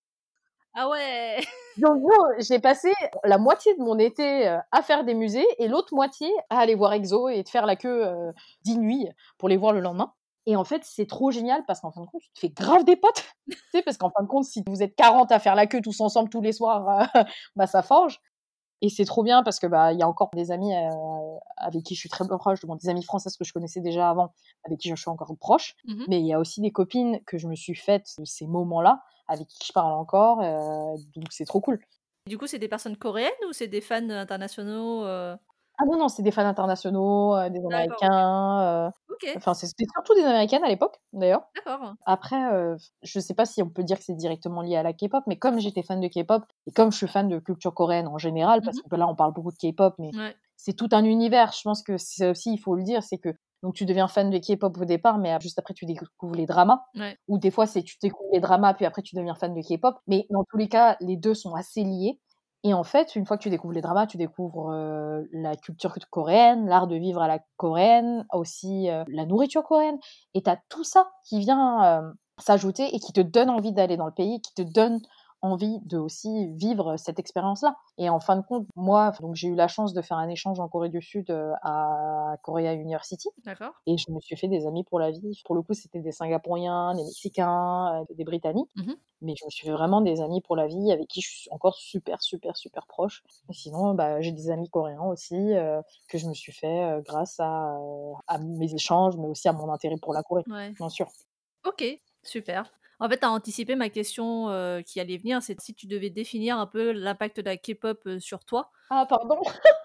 A: Ah ouais!
B: Donc bon, j'ai passé la moitié de mon été, heu, à faire des musées et l'autre moitié à aller voir EXO et de faire la queue, heu, dix nuits pour les voir le lendemain. Et en fait, c'est trop génial parce qu'en fin de compte, tu te fais grave des potes. Tu sais, parce qu'en fin de compte, si vous êtes quarante à faire la queue tous ensemble tous les soirs, heu, bah, ça forge. Et c'est trop bien parce que bah il y a encore des amis euh, avec qui je suis très proche, bon, des amis françaises que je connaissais déjà avant, avec qui je suis encore proche.
A: Mmh.
B: Mais il y a aussi des copines que je me suis faites de ces moments-là, avec qui je parle encore. Euh, donc c'est trop cool.
A: Du coup, c'est des personnes coréennes ou c'est des fans internationaux, heu?
B: Ah non, non, c'est des fans internationaux, euh, des
A: D'accord, OK.
B: Américains. euh,
A: OK,
B: Enfin, c'est- c'était surtout des Américaines à l'époque, d'ailleurs.
A: d'accord.
B: Après, heu, je sais pas si on peut dire que c'est directement lié à la K-pop, mais comme j'étais fan de K-pop et comme je suis fan de culture coréenne en général, parce
A: Mmh.
B: que là, on parle beaucoup de K-pop, mais
A: Ouais,
B: c'est tout un univers. Je pense que c'est aussi, il faut le dire, c'est que donc tu deviens fan de K-pop au départ, mais juste après tu découvres les dramas.
A: ouais.
B: Ou des fois, c'est tu découvres les dramas, puis après tu deviens fan de K-pop. Mais dans tous les cas, les deux sont assez liés. Et en fait, une fois que tu découvres les dramas, tu découvres, heu, la culture coréenne, l'art de vivre à la coréenne, aussi, heu, la nourriture coréenne, et tu as tout ça qui vient, hem, s'ajouter et qui te donne envie d'aller dans le pays, qui te donne envie de aussi vivre cette expérience-là. Et en fin de compte, moi, donc j'ai eu la chance de faire un échange en Corée du Sud, heu, à Korea University,
A: D'accord.
B: et je me suis fait des amis pour la vie. Pour le coup, c'était des Singapouriens, des Mexicains, heu, des Britanniques,
A: Mmh.
B: mais je me suis fait vraiment des amis pour la vie avec qui je suis encore super, super, super proche. Et sinon, bah, j'ai des amis coréens aussi, heu, que je me suis fait, heu, grâce à, heu, à mes échanges, mais aussi à mon intérêt pour la Corée,
A: Ouais.
B: bien sûr.
A: OK, super. En fait, tu as anticipé ma question, heu, qui allait venir, c'est si tu devais définir un peu l'impact de la K-pop, heu, sur toi.
B: Ah pardon,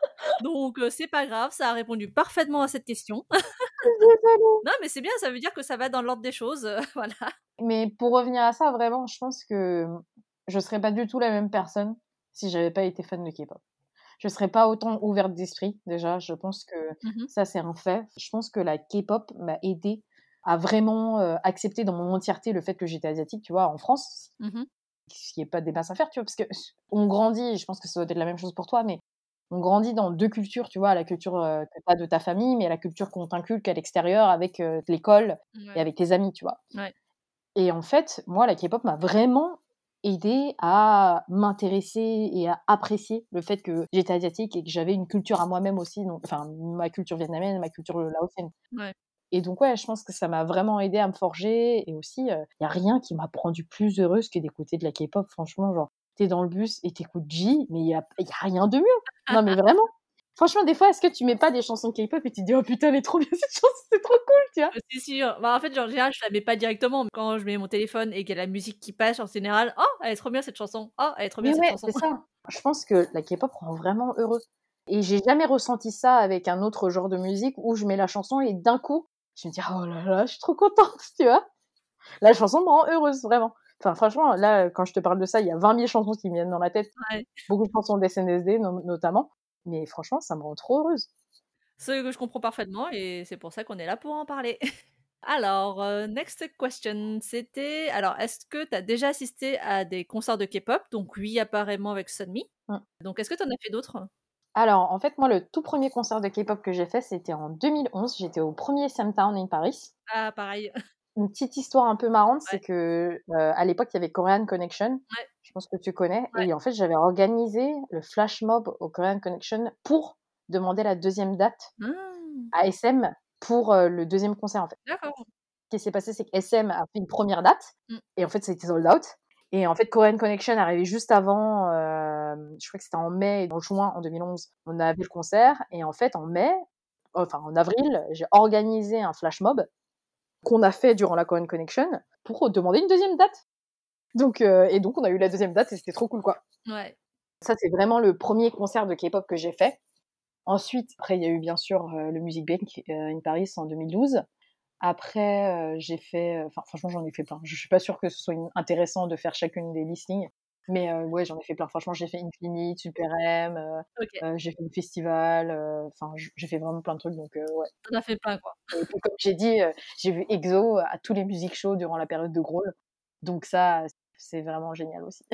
A: Donc heu, c'est pas grave, ça a répondu parfaitement à cette question.
B: désolée.
A: Non, mais c'est bien, ça veut dire que ça va dans l'ordre des choses, heu, voilà.
B: Mais pour revenir à ça, vraiment, je pense que je serais pas du tout la même personne si j'avais pas été fan de K-pop. Je serais pas autant ouverte d'esprit, déjà, je pense que
A: Mmh.
B: ça, c'est un fait. Je pense que la K-pop m'a aidée à vraiment, heu, accepter dans mon entièreté le fait que j'étais asiatique, tu vois, en France,
A: Mmh.
B: ce qui est pas des masses à faire, tu vois? Parce qu'on grandit, et je pense que ça doit être la même chose pour toi, mais on grandit dans deux cultures, tu vois? La culture, heu, que tu as de ta famille, mais la culture qu'on t'inculque à l'extérieur avec, heu, l'école et
A: Ouais,
B: avec tes amis, tu vois?
A: ouais,
B: Et en fait, moi, la K-pop m'a vraiment aidée à m'intéresser et à apprécier le fait que j'étais asiatique et que j'avais une culture à moi-même aussi, donc enfin, ma culture vietnamienne, ma culture laotienne.
A: ouais.
B: Et donc ouais, je pense que ça m'a vraiment aidée à me forger, et aussi, il y a rien qui m'a rendue plus heureuse que d'écouter de la K-pop, franchement, genre, tu es dans le bus et tu écoutes J, mais il y a il y a rien de mieux. Non, mais vraiment. Franchement, des fois, est-ce que tu mets pas des chansons K-pop et tu te dis: «Oh putain, elle est trop bien cette chanson, c'est trop cool», tu vois?
A: Heu, si, si, heu, bah, en fait, genre, en général, je la mets pas directement, mais quand je mets mon téléphone et qu'il y a la musique qui passe, en général: «Oh, elle est trop bien cette chanson. Oh, elle est trop bien
B: Mais
A: cette
B: ouais,
A: chanson».
B: c'est ça. Je pense que la K-pop rend vraiment heureux, et j'ai jamais ressenti ça avec un autre genre de musique où je mets la chanson et d'un coup, je me dis: «Oh là là, je suis trop contente», tu vois? La chanson me rend heureuse, vraiment. Enfin, franchement, là, quand je te parle de ça, il y a vingt mille chansons qui me viennent dans la tête,
A: Ouais.
B: beaucoup de chansons d'S N S D no notamment, mais franchement, ça me rend trop heureuse.
A: Ce que je comprends parfaitement et c'est pour ça qu'on est là pour en parler. Alors, heu, next question, c'était alors est-ce que tu as déjà assisté à des concerts de K-pop? Donc oui, apparemment avec Sunmi.
B: Mmh.
A: Donc est-ce que tu en as fait d'autres?
B: Alors, en fait, moi, le tout premier concert de K-pop que j'ai fait, c'était en deux mille onze. J'étais au premier Town in Paris.
A: Ah pareil.
B: Une petite histoire un peu marrante,
A: Ouais,
B: c'est que, heu, à l'époque, il y avait Korean Connection,
A: ouais,
B: je pense que tu connais,
A: ouais.
B: et en fait, j'avais organisé le flash mob au Korean Connection pour demander la deuxième date
A: Ah!
B: à S M pour, heu, le deuxième concert, en fait.
A: D'accord.
B: Ce qui s'est passé, c'est que S M a fait une première date,
A: Mmh.
B: et en fait, ça a été sold out, et en fait, Korean Connection arrivait juste avant, hem, je crois que c'était en mai et en juin en deux mille onze, on avait le concert, et en fait, en mai, enfin en avril, j'ai organisé un flash mob qu'on a fait durant la Korean Connection pour demander une deuxième date. Donc, heu et donc on a eu la deuxième date et c'était trop cool, quoi.
A: Ouais.
B: Ça, c'est vraiment le premier concert de K-pop que j'ai fait. Ensuite, après, il y a eu bien sûr, heu, le Music Bank, heu, in Paris en deux mille douze. Après, heu, j'ai fait, heu, enfin franchement, j'en ai fait plein. Je suis pas sûre que ce soit in intéressant de faire chacune des listings, mais heu, ouais, j'en ai fait plein. Franchement, j'ai fait Infinite, Super M, heu
A: OK.
B: heu, j'ai fait le festival, heu, enfin, j j'ai fait vraiment plein de trucs, donc heu, ouais.
A: Tu en as fait plein, quoi.
B: Et puis comme j'ai dit, heu, j'ai vu EXO à tous les music shows durant la période de Growl, donc ça, c'est vraiment génial aussi.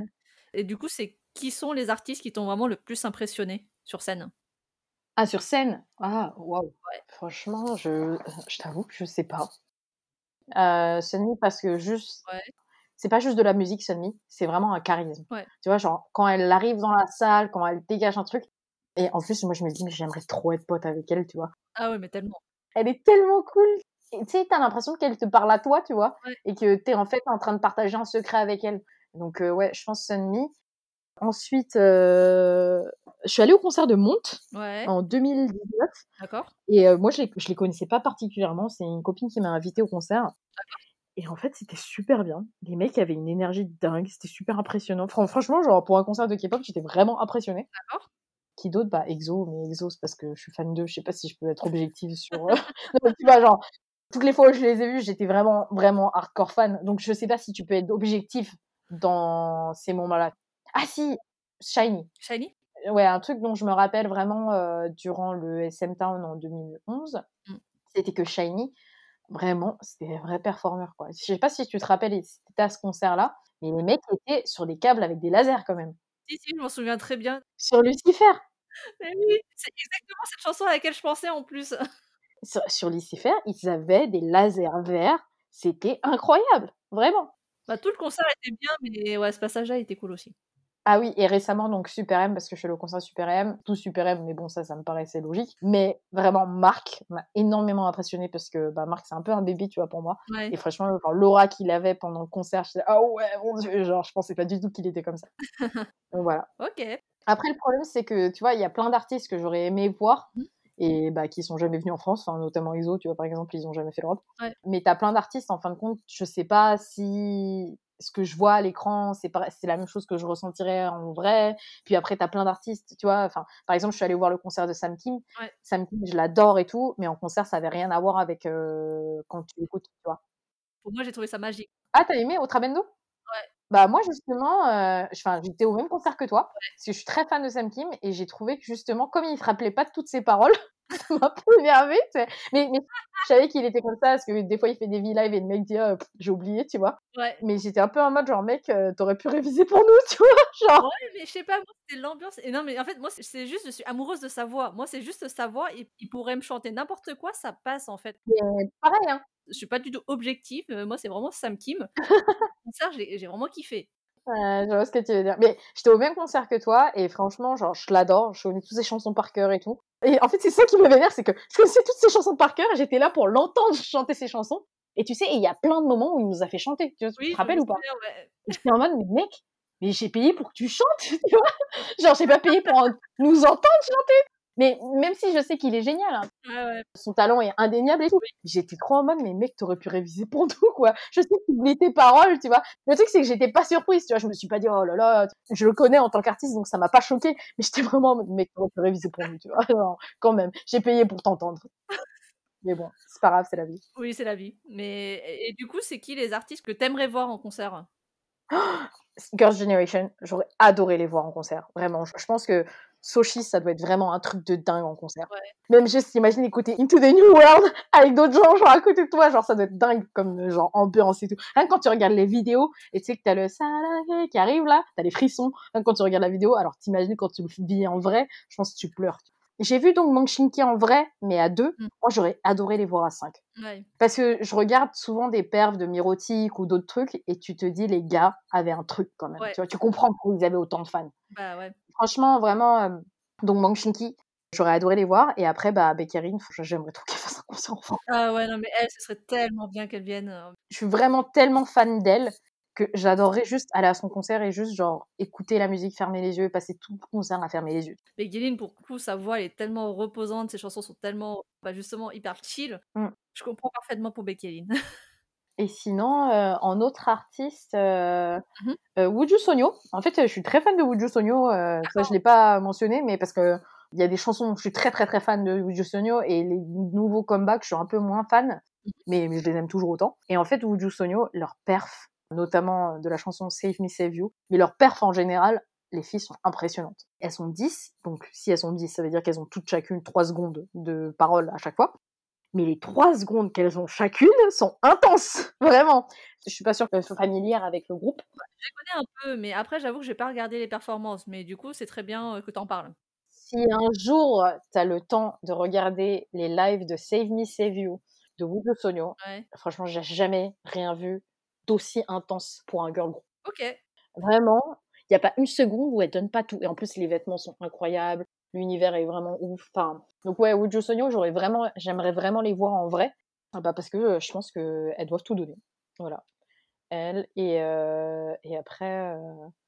A: Et du coup, c'est qui sont les artistes qui t'ont vraiment le plus impressionné sur scène?
B: Ah, sur scène? Ah, waouh!
A: Ouais,
B: Franchement, je je t'avoue que je sais pas. Heu, Sunmi, parce que juste
A: ouais,
B: c'est pas juste de la musique, Sunmi, c'est vraiment un charisme.
A: ouais.
B: Tu vois, genre, quand elle arrive dans la salle, quand elle dégage un truc, et en plus, moi, je me dis: «Mais j'aimerais trop être pote avec elle», tu vois?
A: Ah ouais, mais tellement.
B: Elle est tellement cool, et tu sais, tu as l'impression qu'elle te parle à toi, tu vois?
A: Ouais.
B: Et que tu es, en fait, en train de partager un secret avec elle. Donc heu, ouais, je pense Sunmi. Ensuite, euh, je suis allée au concert de Monte
A: Ouais.
B: en deux mille dix-neuf.
A: D'accord.
B: Et euh, moi, je les, je les connaissais pas particulièrement. C'est une copine qui m'a invitée au concert.
A: D'accord.
B: Et en fait, c'était super bien. Les mecs avaient une énergie dingue. C'était super impressionnant. Fran- franchement, genre, pour un concert de K-pop, j'étais vraiment impressionnée.
A: D'accord.
B: Qui d'autre? Bah, EXO. Mais EXO, c'est parce que je suis fan d'eux. Je sais pas si je peux être objective sur... euh, non, mais tu vois, genre, toutes les fois où je les ai vus, j'étais vraiment, vraiment hardcore fan. Donc, je sais pas si tu peux être objectif dans ces moments-là. Ah si, Shiny.
A: Shiny?
B: Ouais, un truc dont je me rappelle vraiment euh, durant le S M Town en deux mille onze,
A: Mm.
B: c'était que Shiny, vraiment, c'était un vrai performeur, quoi. Je sais pas si tu te rappelles, c'était à ce concert-là, mais les mecs étaient sur des câbles avec des lasers quand même.
A: Si, si, je m'en souviens très bien.
B: Sur Lucifer,
A: Mais oui, c'est exactement cette chanson à laquelle je pensais en plus.
B: sur, sur Lucifer, ils avaient des lasers verts, c'était incroyable, vraiment.
A: Bah, tout le concert était bien, mais ouais, ce passage-là était cool aussi.
B: Ah oui, et récemment, donc Super M, parce que je fais le concert Super M, tout Super M, mais bon, ça, ça me paraissait logique. Mais vraiment, Marc m'a énormément impressionné parce que bah, Marc, c'est un peu un bébé, tu vois, pour moi.
A: Ouais.
B: Et franchement, genre, l'aura qu'il avait pendant le concert, je disais, ah ouais, mon Dieu, genre, je pensais pas du tout qu'il était comme ça. Donc voilà.
A: Ok.
B: Après, le problème, c'est que, tu vois, il y a plein d'artistes que j'aurais aimé voir
A: Mhm.
B: et bah, qui sont jamais venus en France, enfin, notamment EXO, tu vois, par exemple, ils ont jamais fait l'Europe.
A: Ouais.
B: Mais t'as plein d'artistes, en fin de compte, je sais pas si ce que je vois à l'écran, c'est pas, c'est la même chose que je ressentirais en vrai. Puis après, t'as plein d'artistes, tu vois, enfin, par exemple, je suis allée voir le concert de Sam Kim.
A: Ouais.
B: Sam Kim, je l'adore et tout, mais en concert, ça avait rien à voir avec euh, quand tu l'écoutes, tu vois.
A: Pour moi, j'ai trouvé ça magique.
B: Ah, t'as aimé Ultramendo?
A: Ouais.
B: Bah moi justement, euh, enfin j'étais au même concert que toi, parce que je suis très fan de Sam Kim et j'ai trouvé que justement, comme il se rappelait pas de toutes ses paroles, ça m'a un peu énervé. Mais, mais je savais qu'il était comme ça parce que des fois il fait des V-Live et le mec dit oh, j'ai oublié, tu vois.
A: Ouais.
B: Mais j'étais un peu en mode genre mec, euh, t'aurais pu réviser pour nous, tu vois, genre.
A: Ouais, mais je sais pas, moi, c'est l'ambiance. Et non, mais en fait, moi, c'est- c'est juste, je suis amoureuse de sa voix. Moi, c'est juste sa voix. Et il pourrait me chanter n'importe quoi, ça passe en fait.
B: Mais pareil, hein.
A: Je suis pas du tout objective. euh, moi, c'est vraiment Sam Kim. Le concert, j'ai j'ai vraiment kiffé.
B: Euh, je vois ce que tu veux dire. Mais j'étais au même concert que toi et franchement, genre, je l'adore. Je connais toutes ses chansons par cœur et tout. Et en fait, c'est ça qui me vénère, c'est que je connaissais toutes ses chansons par cœur et j'étais là pour l'entendre chanter ses chansons. Et tu sais, il y a plein de moments où il nous a fait chanter. Tu, vois, tu
A: Oui,
B: te
A: je me
B: rappelles ou pas?
A: souviens, ouais.
B: J'étais en mode, mais mec, mais j'ai payé pour que tu chantes, tu vois. Genre, j'ai pas payé pour en- nous entendre chanter. Mais même si je sais qu'il est génial, hein,
A: Ouais, ouais.
B: son talent est indéniable et tout. J'étais trop en mode, mais mec, t'aurais pu réviser pour nous, quoi. Je sais que tu oublies tes paroles, tu vois. Le truc, c'est que j'étais pas surprise, tu vois. Je me suis pas dit, oh là là, je le connais en tant qu'artiste, donc ça m'a pas choqué. Mais j'étais vraiment en mode, mec, t'aurais pu réviser pour nous, tu vois. Non, quand même, j'ai payé pour t'entendre. Mais bon, c'est pas grave, c'est la vie.
A: Oui, c'est la vie. Mais et, et du coup, c'est qui les artistes que t'aimerais voir en concert?
B: Girls' Generation, j'aurais adoré les voir en concert. Vraiment, je, je pense que Sochi, ça doit être vraiment un truc de dingue en concert.
A: Ouais.
B: Même juste imagine écouter Into the New World avec d'autres gens genre à côté de toi, genre ça doit être dingue comme genre ambiance et tout. Rien que quand tu regardes les vidéos et tu sais que t'as le salarié qui arrive là, t'as les frissons. Rien que quand tu regardes la vidéo, alors t'imagines quand tu le vis en vrai, je pense que tu pleures. J'ai vu donc Bang Shinki en vrai, mais à deux.
A: Mm.
B: Moi, j'aurais adoré les voir à cinq.
A: Ouais.
B: Parce que je regarde souvent des perfs de Mirotic ou d'autres trucs et tu te dis, les gars avaient un truc quand même.
A: Ouais.
B: Tu vois, tu comprends pourquoi ils avaient autant de fans.
A: Bah ouais.
B: Franchement, vraiment, euh, donc Bang Shinki, j'aurais adoré les voir. Et après, bah, Beckerine, j'aimerais trop qu'elle fasse un concert enfant.
A: Ah ouais, non, mais elle, ce serait tellement bien qu'elle vienne. euh.
B: Je suis vraiment tellement fan d'elle que j'adorerais juste aller à son concert et juste, genre, écouter la musique, fermer les yeux, passer tout le concert à fermer les yeux.
A: Mais Guéline, pour le coup, sa voix, elle est tellement reposante, ses chansons sont tellement, bah, justement, hyper chill.
B: Mm.
A: Je comprends parfaitement pour Beckeline.
B: Et sinon, euh, en autre artiste, euh,
A: Mhm.
B: euh, Wooju Sonyo. En fait, je suis très fan de Wooju Sonyo. Euh, ça, je l'ai pas mentionné, mais parce que il y a des chansons, je suis très très très fan de Wooju Sonyo et les nouveaux comebacks, je suis un peu moins fan, mais, mais je les aime toujours autant. Et en fait, Wooju Sonyo, leur perf, notamment de la chanson Save Me Save You, mais leur perf en général, les filles sont impressionnantes. Elles sont dix, donc si elles sont dix, ça veut dire qu'elles ont toutes chacune trois secondes de parole à chaque fois. Mais les trois secondes qu'elles ont chacune sont intenses, vraiment. Je suis pas sûre qu'elles soient familières avec le groupe.
A: Je les connais un peu, mais après, j'avoue que j'ai pas regardé les performances. Mais du coup, c'est très bien euh, que t'en parles.
B: Si un jour t'as le temps de regarder les lives de Save Me Save You de Wooju Sonyo,
A: Ouais.
B: franchement, j'ai jamais rien vu d'aussi intense pour un girl group.
A: Ok.
B: Vraiment, il n'y a pas une seconde où elle donne pas tout. Et en plus, les vêtements sont incroyables, l'univers est vraiment ouf. Enfin, donc ouais, Wooju Sonyo, j'aurais vraiment, j'aimerais vraiment les voir en vrai, ah bah parce que euh, je pense que elles doivent tout donner. Voilà, elles et euh, et après, euh,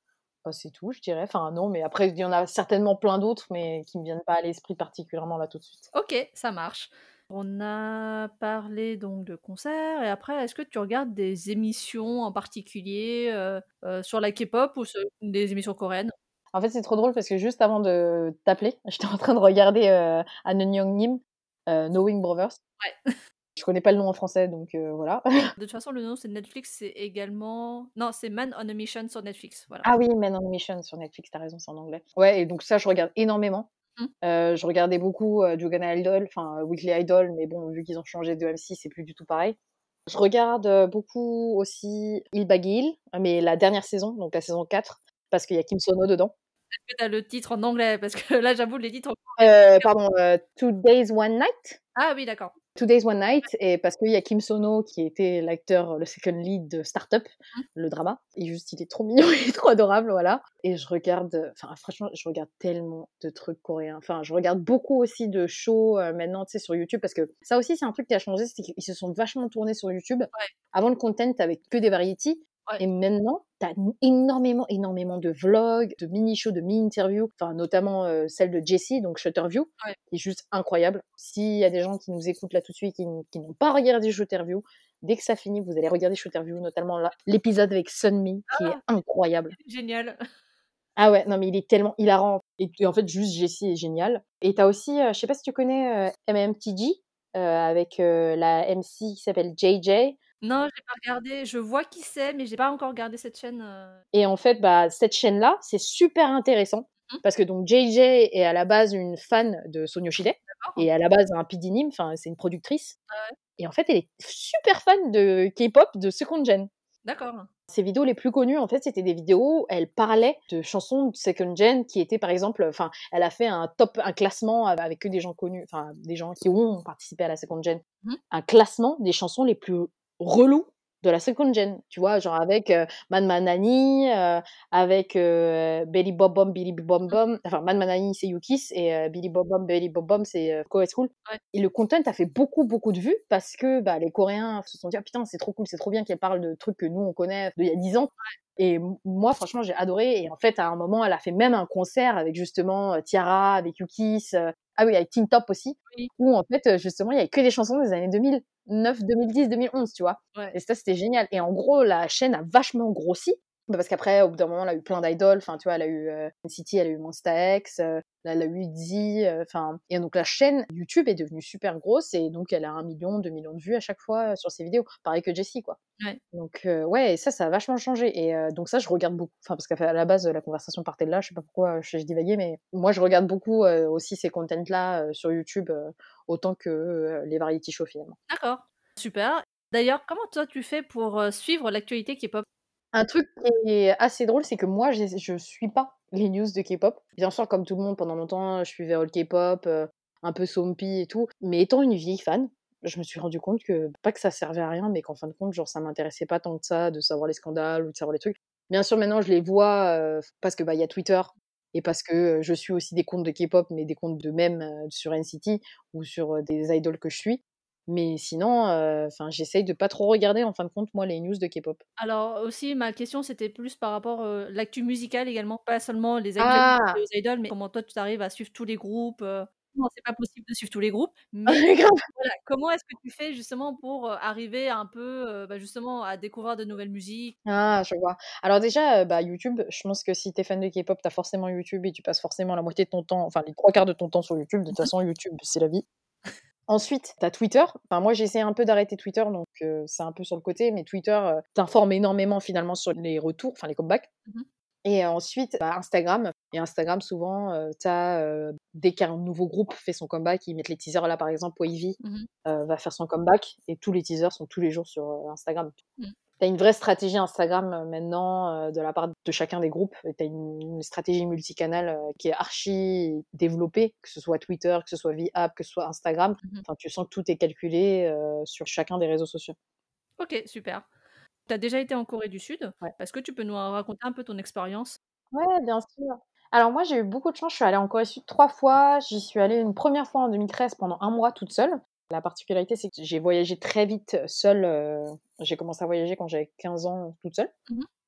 B: Bah, c'est tout, je dirais. Enfin non, mais après il y en a certainement plein d'autres, mais qui me viennent pas à l'esprit particulièrement là tout de suite.
A: OK, ça marche. On a parlé donc de concerts et après est-ce que tu regardes des émissions en particulier, heu heu, sur la K-pop ou ce des émissions coréennes?
B: En fait, c'est trop drôle parce que juste avant de t'appeler, j'étais en train de regarder, heu, Anonyongnim, heu, Knowing Brothers.
A: Ouais.
B: Je connais pas le nom en français donc heu, voilà.
A: De toute façon, le nom c'est Netflix, c'est également non, c'est Man on a Mission sur Netflix, voilà.
B: Ah oui, Men on a Mission sur Netflix, tu as raison, c'est en anglais. Ouais et donc ça, je regarde énormément.
A: Mmh.
B: Heu, je regardais beaucoup, heu, Jugan Idol, enfin, Weekly Idol, mais bon, vu qu'ils ont changé de M C, c'est plus du tout pareil. Je regarde, heu, beaucoup aussi Ilbagil, mais la dernière saison, donc la saison quatre, parce qu'il y a Kim Sono dedans.
A: Est-ce que tu as le titre en anglais? Parce que là, j'avoue, les titres en
B: Heu,
A: coréen.
B: pardon, heu, Two Days, One Night?
A: Ah oui, d'accord.
B: Two Days, One Night et parce qu'il y a Kim Sono qui était l'acteur, le second lead de Start-Up,
A: Mmh.
B: le drama et juste il est trop mignon, il est trop adorable, voilà et je regarde, heu, enfin franchement, je regarde tellement de trucs coréens. Enfin, je regarde beaucoup aussi de shows, heu, maintenant, tu sais, sur YouTube parce que ça aussi, c'est un truc qui a changé, c'est qu'ils se sont vachement tournés sur YouTube.
A: Ouais,
B: Avant, le content, tu avais que des variétés
A: ouais.
B: et maintenant, tu as énormément, énormément de vlogs, de mini-shows, de mini-interviews, enfin notamment, heu, celle de Jessie, donc Shutterview,
A: Ouais.
B: qui est juste incroyable. S'il y a des gens qui nous écoutent là tout de suite, qui n qui n'ont pas regardé Shutterview, dès que ça finit, vous allez regarder Shutterview, notamment là, l'épisode avec Sunmi qui est
A: Ah!
B: incroyable.
A: Génial.
B: Ah ouais, non mais il est tellement hilarant et et en fait juste Jessie est géniale et tu as aussi, heu, je sais pas si tu connais, heu, M M T G, heu, avec, heu, la M C qui s'appelle J J
A: Non, j'ai pas regardé. Je vois qui c'est, mais j'ai pas encore regardé cette chaîne, heu.
B: et en fait, bah, cette chaîne-là, c'est super intéressant
A: Mmh.
B: parce que donc J J est à la base une fan de Son Yoshide
A: D'accord.
B: et à la base un P D Nim, enfin c'est une productrice
A: Ah ouais.
B: et en fait, elle est super fan de K-pop de second gen.
A: D'accord.
B: Ses vidéos les plus connues, en fait, c'était des vidéos où elle parlait de chansons de second gen qui étaient, par exemple, enfin, elle a fait un top, un classement av avec que des gens connus, enfin, des gens qui ont participé à la second gen.
A: Mmh.
B: Un classement des chansons les plus relous de la second gen, tu vois? Genre avec, heu, Man Manani, heu, avec, heu, Billy Bob Bom Billy Bom
A: Mmh.
B: Bom, enfin, Man Manani, c'est You-Kiss et heu, Billy Bob Bom Billy Bob Bom, c'est, heu, Koe School
A: Ouais.
B: et le content a fait beaucoup, beaucoup de vues parce que, bah, les Coréens se sont dit: «Ah putain, c'est trop cool, c'est trop bien qu'elle parle de trucs que nous on connaît d'il y a dix ans» et m moi franchement j'ai adoré et en fait à un moment elle a fait même un concert avec justement, heu, Tiara, avec You-Kiss, heu, ah oui avec Teen Top aussi,
A: Oui.
B: où en fait, heu, justement il y avait que des chansons des années deux mille neuf-deux mille dix-deux mille onze, tu vois?
A: Ouais.
B: Et ça c'était génial et en gros la chaîne a vachement grossi, bah, parce qu'après au bout d'un moment elle a eu plein d'idoles, enfin tu vois? Elle a eu, heu, N C T, elle a eu Monsta X, heu, là elle a eu ITZY, heu, enfin et donc la chaîne YouTube est devenue super grosse et donc elle a un million, deux millions de vues à chaque fois, heu, sur ses vidéos. Pareil que Jessie, quoi.
A: Ouais.
B: Donc heu, ouais et ça, ça a vachement changé et heu, donc ça, je regarde beaucoup. Enfin, parce qu'à la base, la conversation partait de là, je sais pas pourquoi, je je divaguais, mais moi, je regarde beaucoup, heu, aussi ces content-là, heu, sur YouTube, heu, autant que, heu, les variety shows, finalement.
A: D'accord. Super. D'ailleurs, comment toi tu fais pour, heu, suivre l'actualité K-pop?
B: Un truc qui est assez drôle, c'est que moi, j'ai je suis pas les news de K-pop. Bien sûr, comme tout le monde, pendant longtemps, je suivais All K-pop, heu, un peu Sompy et tout, mais étant une vieille fan, je me suis rendu compte que, pas que ça servait à rien, mais qu'en fin de compte, genre, ça m'intéressait pas tant que ça de savoir les scandales ou de savoir les trucs. Bien sûr, maintenant, je les vois, heu, parce que, bah, il y a Twitter et parce que, heu, je suis aussi des comptes de K-pop, mais des comptes de mèmes, heu, sur N C T ou sur, heu, des idoles que je suis. Mais sinon, heu, enfin, j'essaye de pas trop regarder, en fin de compte, moi, les news de K-pop.
A: Alors aussi ma question c'était plus par rapport, heu, l'actu musicale également, pas seulement les actualités
B: Ah!
A: aux idoles, mais comment toi tu arrives à suivre tous les groupes, heu? Non, c'est pas possible de suivre tous les groupes, mais
B: Grave.
A: voilà, comment est-ce que tu fais justement pour, heu, arriver un peu, heu, bah, justement à découvrir de nouvelles musiques?
B: Ah, je vois. Alors déjà, heu, bah, YouTube, je pense que si tu es fan de K-pop, tu as forcément YouTube et tu passes forcément la moitié de ton temps, enfin les trois quarts de ton temps sur YouTube. De toute
A: Mmh mh.
B: façon, YouTube, c'est la vie. Ensuite, tu as Twitter. Enfin, moi, j'ai essayé un peu d'arrêter Twitter, donc heu, c'est un peu sur le côté, mais Twitter, heu, t'informe énormément finalement sur les retours, enfin les comebacks.
A: Mmh mh.
B: Et ensuite, bah, Instagram et Instagram souvent, heu, tu as, heu, dès qu'un nouveau groupe fait son comeback, ils mettent les teasers. Là, par exemple, Wavy,
A: Mmh mh.
B: heu, va faire son comeback et tous les teasers sont tous les jours sur, heu, Instagram.
A: Mmh.
B: Tu as une vraie stratégie Instagram, heu, maintenant, heu, de la part de chacun des groupes et tu as une une stratégie multicanal, heu, qui est archi développée, que ce soit Twitter, que ce soit VApp, que ce soit Instagram.
A: Mmh mh.
B: Enfin, tu sens que tout est calculé, heu, sur chacun des réseaux sociaux.
A: OK, super. Tu as déjà été en Corée du Sud.
B: Ouais.
A: Est-ce que tu peux nous raconter un peu ton expérience?
B: Ouais, bien sûr. Alors moi, j'ai eu beaucoup de chance, je suis allée en Corée du Sud trois fois. J'y suis allée une première fois en deux mille treize pendant un mois toute seule. La particularité, c'est que j'ai voyagé très vite seule, heu, j'ai commencé à voyager quand j'avais quinze ans toute seule.
A: Mmh mh.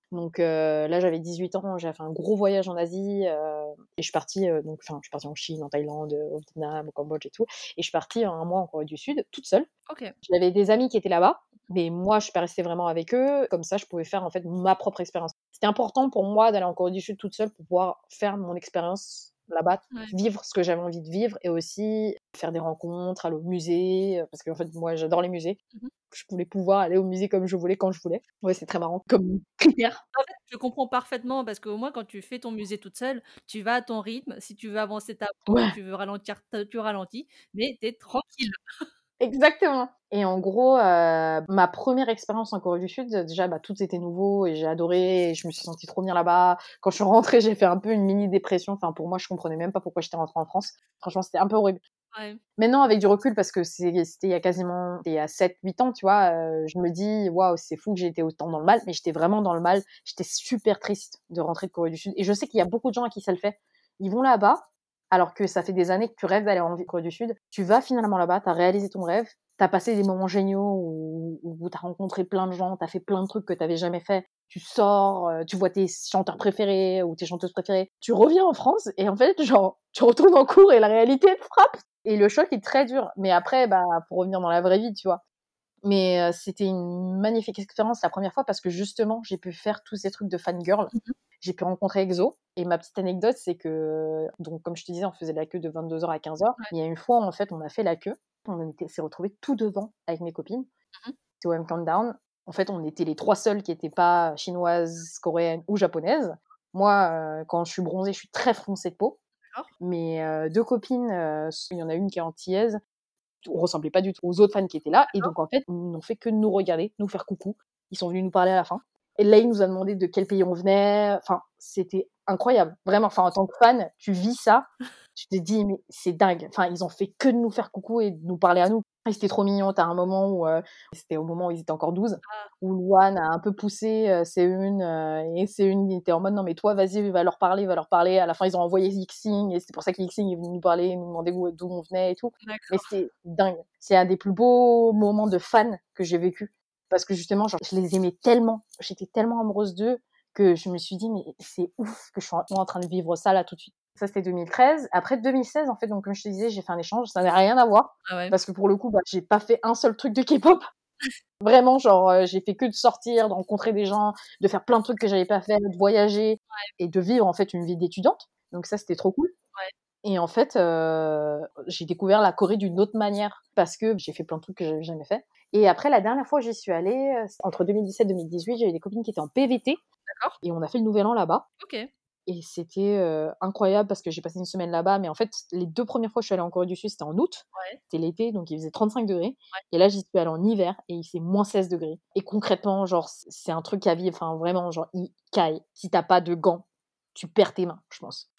B: Donc euh, là, j'avais dix-huit ans, j'avais fait un gros voyage en Asie euh, et je suis partie, euh, donc, enfin, je suis partie en Chine, en Thaïlande, euh, au Vietnam, au Cambodge et tout. Et je suis partie un mois en Corée du Sud, toute seule.
A: OK.
B: J'avais des amis qui étaient là-bas, mais moi, je suis pas restée vraiment avec eux. Comme ça, je pouvais faire en fait ma propre expérience. C'était important pour moi d'aller en Corée du Sud toute seule pour pouvoir faire mon expérience là-bas,
A: Ouais.
B: vivre ce que j'avais envie de vivre et aussi faire des rencontres, aller au musée, euh, parce qu'en fait, moi, j'adore les musées.
A: Mmh.
B: Je voulais pouvoir aller au musée comme je voulais, quand je voulais. Ouais, c'est très marrant comme critère.
A: En fait, je comprends parfaitement parce qu'au moins quand tu fais ton musée toute seule, tu vas à ton rythme. Si tu veux avancer, tu avances, si
B: Ouais.
A: tu veux ralentir, t tu ralentis, mais tu es tranquille.
B: Exactement. Et en gros, heu, ma première expérience en Corée du Sud, déjà, bah, tout était nouveau et j'ai adoré et je me suis sentie trop bien là-bas. Quand je suis rentrée, j'ai fait un peu une mini dépression. Enfin, pour moi, je comprenais même pas pourquoi j'étais rentrée en France. Franchement, c'était un peu horrible.
A: Ouais.
B: Maintenant, avec du recul, parce que c'est c'était il y a quasiment c'était il y a sept huit ans, tu vois? Heu, je me dis: «Waouh, c'est fou que j'ai été autant dans le mal», mais j'étais vraiment dans le mal. J'étais super triste de rentrer de Corée du Sud et je sais qu'il y a beaucoup de gens à qui ça le fait. Ils vont là-bas, alors que ça fait des années que tu rêves d'aller en Corée du Sud. Tu vas finalement là-bas, tu as réalisé ton rêve, tu as passé des moments géniaux où où tu as rencontré plein de gens, tu as fait plein de trucs que tu avais jamais fait. Tu sors, heu, tu vois tes chanteurs préférés ou tes chanteuses préférées. Tu reviens en France et en fait, genre, tu retournes en cours et la réalité te frappe et le choc est très dur. Mais après, bah, pour revenir dans la vraie vie, tu vois? Mais heu, c'était une magnifique expérience la première fois parce que justement, j'ai pu faire tous ces trucs de fangirl.
A: Mmh.
B: J'ai pu rencontrer EXO et ma petite anecdote, c'est que donc comme je te disais, on faisait la queue de vingt-deux heures à quinze heures.
A: Ouais.
B: Il y a une fois, en fait, on a fait la queue, on était s'est retrouvés tout devant avec mes copines.
A: Mmh.
B: C'était au M Countdown. En fait, on était les trois seules qui étaient pas chinoises, coréennes ou japonaises. Moi, heu, quand je suis bronzée, je suis très foncée de peau.
A: D'accord.
B: Mes, heu, deux copines, heu, il y en a une qui est antillaise, on ressemblait pas du tout aux autres fans qui étaient là et donc en fait, ils n'ont fait que de nous regarder, nous faire coucou. Ils sont venus nous parler à la fin et là, il nous a demandé de quel pays on venait. Enfin, c'était incroyable. Vraiment, enfin, en tant que fan, tu vis ça, tu te dis: «Mais c'est dingue». Enfin, ils ont fait que de nous faire coucou et de nous parler à nous et c'était trop mignon. Tu as un moment où, heu, c'était au moment où ils étaient encore douze,
A: Ah,
B: où Louane a un peu poussé, heu, Seun, heu et Seun, il était en mode: «Non mais toi, vas-y, va leur parler, va leur parler». À la fin, ils ont envoyé Yixing et c'est pour ça que Yixing est venu nous parler, nous demander où d'où on venait et tout. Mais
A: d'accord.
B: c'est dingue. C'est un des plus beaux moments de fan que j'ai vécu parce que justement, genre, je les aimais tellement, j'étais tellement amoureuse d'eux que je me suis dit: «Mais c'est ouf que je sois en train de vivre ça là tout de suite». Ça, c'était deux mille treize. Après deux mille seize, en fait, donc comme je te disais, j'ai fait un échange. Ça n'a rien à voir
A: Ah ouais.
B: parce que pour le coup, bah, j'ai pas fait un seul truc de K-pop. Vraiment, genre, heu, j'ai fait que de sortir, de rencontrer des gens, de faire plein de trucs que j'avais pas fait, de voyager et de vivre, en fait, une vie d'étudiante. Donc ça, c'était trop cool.
A: Ouais.
B: Et en fait, heu, j'ai découvert la Corée d'une autre manière parce que j'ai fait plein de trucs que j'avais jamais fait. Et après, la dernière fois où j'y suis allée, heu, entre deux mille dix-sept et deux mille dix-huit, j'avais des copines qui étaient en P V T
A: D'accord.
B: et on a fait le nouvel an là-bas
A: OK.
B: et c'était, heu, incroyable parce que j'ai passé une semaine là-bas. Mais en fait, les deux premières fois que je suis allée en Corée du Sud, c'était en août.
A: Ouais.
B: C'était l'été, donc il faisait trente-cinq degrés.
A: Ouais.
B: Et là, j'y suis allée en hiver et il fait moins seize degrés. Et concrètement, genre, c c'est un truc à vivre, enfin vraiment, genre, il caille. Si tu as pas de gants, tu perds tes mains, je pense.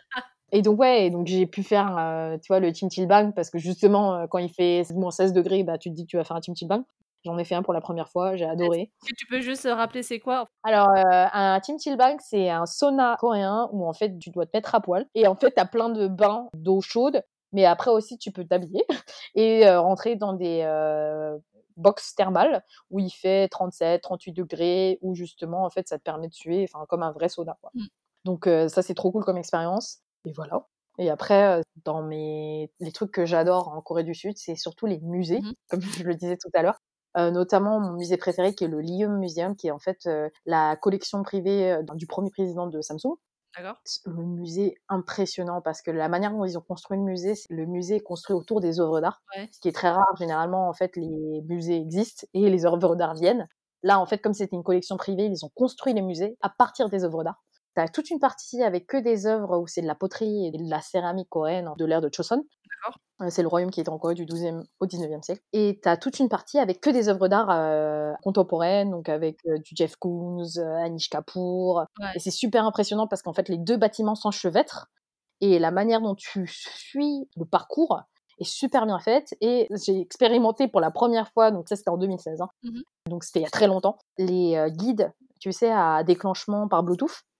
B: Et donc ouais, et donc j'ai pu faire, heu, tu vois, le Chimchilbang parce que justement, heu, quand il fait moins seize degrés, bah, tu te dis que tu vas faire un Chimchilbang. J'en ai fait un pour la première fois, j'ai
A: Est-ce
B: adoré.
A: que tu peux juste, heu, rappeler c'est quoi?
B: Alors, heu, un Chimchilbang, c'est un sauna coréen où en fait, tu dois te mettre à poil et en fait, tu as plein de bains d'eau chaude, mais après aussi tu peux t'habiller et heu, rentrer dans des, heu, box thermales où il fait trente-sept trente-huit degrés où justement, en fait, ça te permet de suer, enfin comme un vrai sauna, quoi.
A: Mmh.
B: Donc heu, ça, c'est trop cool comme expérience et voilà. Et après, heu, dans mes les trucs que j'adore en Corée du Sud, c'est surtout les musées,
A: Mmh mh.
B: comme je le disais tout à l'heure. Heu, notamment mon musée préféré qui est le Leeum Museum, qui est en fait, heu, la collection privée, heu, du premier président de Samsung.
A: D'accord.
B: Le musée impressionnant parce que la manière dont ils ont construit le musée, c'est le musée est construit autour des œuvres d'art,
A: Ouais.
B: ce qui est très rare. Généralement, en fait, les musées existent et les œuvres d'art viennent. Là, en fait, comme c'était une collection privée, ils ont construit les musées à partir des œuvres d'art. Tu as toute une partie avec que des œuvres où c'est de la poterie et de la céramie coréenne de l'ère de Choson.
A: D'accord.
B: Heu, c'est le royaume qui était en Corée du douzième au dix-neuvième siècle et tu as toute une partie avec que des œuvres d'art, heu, contemporaines, donc avec, heu, du Jeff Koons, heu, Anish Kapoor
A: Ouais.
B: et c'est super impressionnant parce qu'en fait, les deux bâtiments s'enchevêtrent et la manière dont tu suis le parcours est super bien faite et j'ai expérimenté pour la première fois, donc ça, c'était en deux mille seize, hein,
A: Mmh mh.
B: donc c'était il y a très longtemps, les, heu, guides, tu sais, à déclenchement par Bluetooth.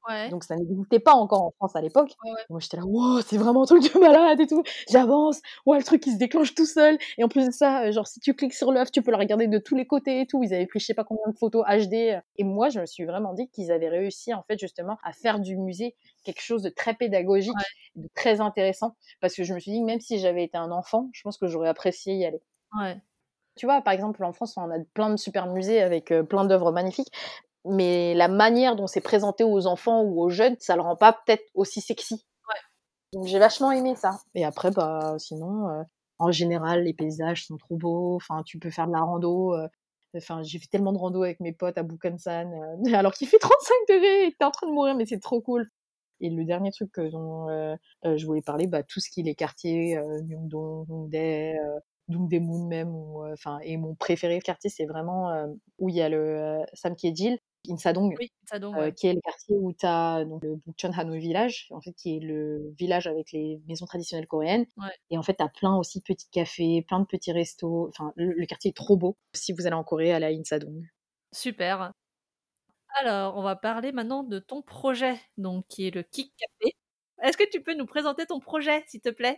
A: Ouais.
B: Donc ça n'existait pas encore en France à l'époque.
A: Ouais, ouais.
B: Moi j'étais là: «Wow, c'est vraiment un truc de malade et tout». J'avance, ouais, le truc il se déclenche tout seul et en plus de ça, heu, genre si tu cliques sur l'œuf, tu peux la regarder de tous les côtés et tout. Ils avaient pris je sais pas combien de photos H D, heu et moi je me suis vraiment dit qu'ils avaient réussi en fait justement à faire du musée quelque chose de très pédagogique,
A: Ouais.
B: de très intéressant parce que je me suis dit que même si j'avais été un enfant, je pense que j'aurais apprécié y aller.
A: Ouais.
B: Tu vois, par exemple, en France, on a plein de super musées avec, heu, plein d'œuvres magnifiques, mais la manière dont c'est présenté aux enfants ou aux jeunes, ça le rend pas peut-être aussi sexy.
A: Ouais.
B: Donc j'ai vachement aimé ça et après, bah, sinon, heu, en général, les paysages sont trop beaux, enfin, tu peux faire de la rando, heu, enfin, j'ai fait tellement de rando avec mes potes à Bukhansan, heu, alors qu'il fait trente-cinq degrés et que tu es en train de mourir, mais c'est trop cool et le dernier truc que dont, heu heu, je voulais parler, bah, tout ce qui est les quartiers, heu, Myeongdong, Hongdae, heu, Dongdaemun même ou, heu, enfin et mon préféré quartier, c'est vraiment, heu, où il y a le, heu, Samgye-il, Insadong.
A: Oui, ça donc,
B: Heu,
A: ouais.
B: qui est le quartier où tu as donc le Bukchon-Hanok Village, en fait, qui est le village avec les maisons traditionnelles coréennes
A: Ouais.
B: et en fait, tu as plein aussi de petits cafés, plein de petits restos, enfin le le quartier est trop beau. Si vous allez en Corée, allez à Insadong.
A: Super. Alors, on va parler maintenant de ton projet, donc qui est le Kick Café. Est-ce que tu peux nous présenter ton projet, s'il te plaît?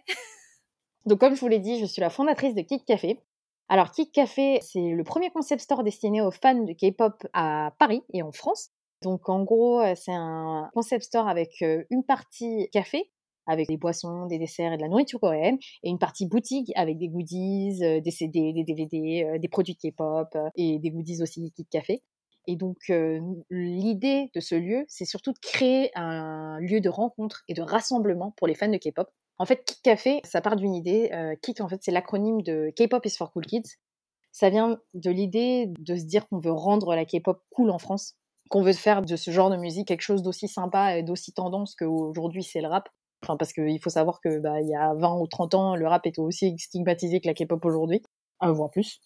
B: Donc comme je vous l'ai dit, je suis la fondatrice de Kick Café. Alors Kick Café, c'est le premier concept store destiné aux fans de K-pop à Paris et en France. Donc en gros, heu, c'est un concept store avec, heu, une partie café, avec des boissons, des desserts et de la nourriture coréenne et une partie boutique avec des goodies, heu, des C D, des D V D, heu, des produits K-pop, heu et des goodies aussi Kick Café. Et donc heu, l'idée de ce lieu, c'est surtout de créer un lieu de rencontre et de rassemblement pour les fans de K-pop. En fait, Kick Café, ça part d'une idée. Euh, Kick, en fait, c'est l'acronyme de K-pop is for cool kids. Ça vient de l'idée de se dire qu'on veut rendre la K-pop cool en France, qu'on veut faire de ce genre de musique quelque chose d'aussi sympa et d'aussi tendance qu'aujourd'hui c'est le rap. Enfin, parce qu'il faut savoir que bah, il y a vingt ou trente ans, le rap était aussi stigmatisé que la K-pop aujourd'hui, euh, voire plus.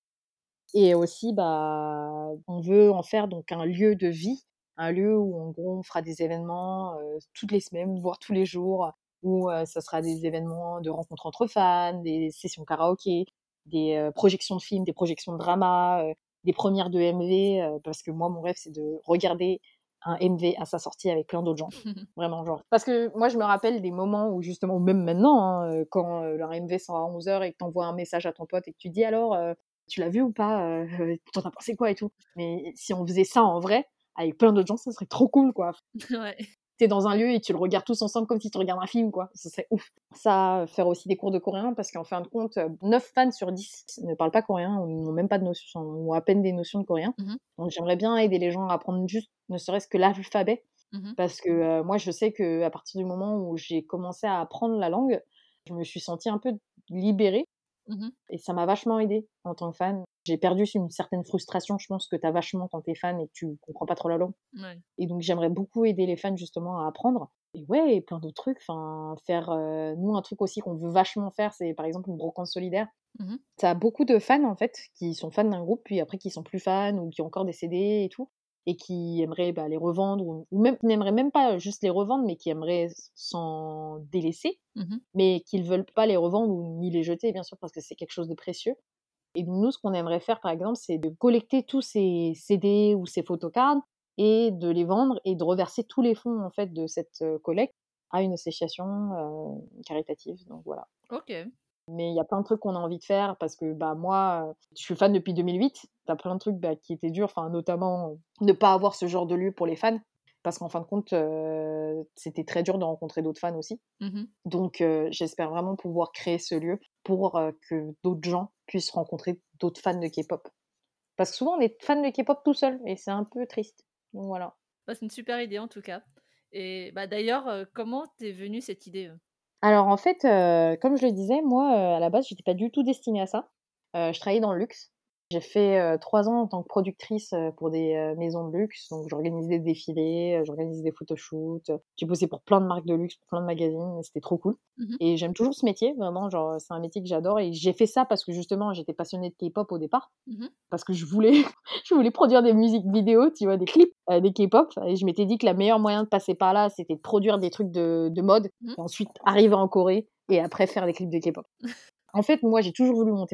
B: Et aussi, bah, on veut en faire donc un lieu de vie, un lieu où en gros on fera des événements euh, toutes les semaines, voire tous les jours, où euh, ça sera des événements de rencontres entre fans, des sessions karaoké, des euh, projections de films, des projections de drama, euh, des premières de M V, euh, parce que moi mon rêve c'est de regarder un M V à sa sortie avec plein d'autres gens. Vraiment, genre. Parce que moi, je me rappelle des moments où, justement, ou même maintenant, hein, euh, quand euh, un M V sort à onze heures et que tu envoies un message à ton pote et que tu dis alors, euh, tu l'as vu ou pas euh, euh, T'en as pensé quoi et tout. Mais si on faisait ça en vrai, avec plein d'autres gens, ça serait trop cool, quoi.
A: Ouais.
B: T'es dans un lieu et tu le regardes tous ensemble comme si tu regardes un film, quoi. Ce serait ouf. Ça, faire aussi des cours de coréen, parce qu'en fin de compte, euh, neuf fans sur dix ne parlent pas coréen ou n'ont même pas de notion, ou à peine des notions de coréen.
A: Mmh mh.
B: Donc j'aimerais bien aider les gens à apprendre juste, ne serait-ce que l'alphabet,
A: Mmh.
B: parce que euh, moi, je sais que à partir du moment où j'ai commencé à apprendre la langue, je me suis sentie un peu libérée
A: Mmh.
B: et ça m'a vachement aidée en tant que fan. J'ai perdu une certaine frustration, je pense, que tu as vachement quand t'es fan et que tu comprends pas trop la langue.
A: Ouais.
B: Et donc j'aimerais beaucoup aider les fans justement à apprendre. Et ouais, et plein d'autres trucs. Enfin, faire, heu, nous, un truc aussi qu'on veut vachement faire, c'est par exemple une brocante solidaire.
A: Mmh.
B: Tu as beaucoup de fans en fait, qui sont fans d'un groupe, puis après qui sont plus fans ou qui ont encore des C D et tout, et qui aimeraient, bah, les revendre ou ou même qui n'aimeraient même pas juste les revendre, mais qui aimeraient s'en délaisser,
A: Mmh.
B: mais qui ne veulent pas les revendre ou ni les jeter bien sûr parce que c'est quelque chose de précieux. Et donc nous, ce qu'on aimerait faire, par exemple, c'est de collecter tous ces C D ou ces photocards et de les vendre et de reverser tous les fonds, en fait, de cette, heu, collecte à une association, heu, caritative, donc voilà.
A: OK.
B: Mais il y a plein de trucs qu'on a envie de faire parce que, bah, moi, heu, je suis fan depuis deux mille huit. Tu as plein de trucs, bah, qui étaient durs, enfin, notamment, heu, ne pas avoir ce genre de lieu pour les fans parce qu'en fin de compte, heu, c'était très dur de rencontrer d'autres fans aussi.
A: Mmh.
B: Donc heu, j'espère vraiment pouvoir créer ce lieu pour, heu, que d'autres gens puissent rencontrer d'autres fans de K-pop. Parce que souvent, on est fan de K-pop tout seul et c'est un peu triste. Donc voilà.
A: Bah, c'est une super idée en tout cas et bah, d'ailleurs, heu, comment t'es venue cette idée, heu?
B: Alors en fait, heu, comme je le disais, moi, heu, à la base, j'étais pas du tout destinée à ça. Heu, je travaillais dans le luxe. J'ai fait, heu, trois ans en tant que productrice, heu, pour des, heu, maisons de luxe. Donc j'organisais des défilés, heu, j'organisais des photoshoots, heu, j'ai bossé pour plein de marques de luxe, pour plein de magazines et c'était trop cool.
A: Mmh.
B: Et j'aime toujours ce métier, vraiment, genre, c'est un métier que j'adore et j'ai fait ça parce que justement, j'étais passionnée de K-pop au départ.
A: Mmh.
B: Parce que je voulais je voulais produire des musiques vidéo, tu vois, des clips, heu, des K-pop et je m'étais dit que la meilleure moyen de passer par là, c'était de produire des trucs de de mode
A: Mmh.
B: et ensuite arriver en Corée et après faire des clips de K-pop. En fait, moi, j'ai toujours voulu monter ma boîte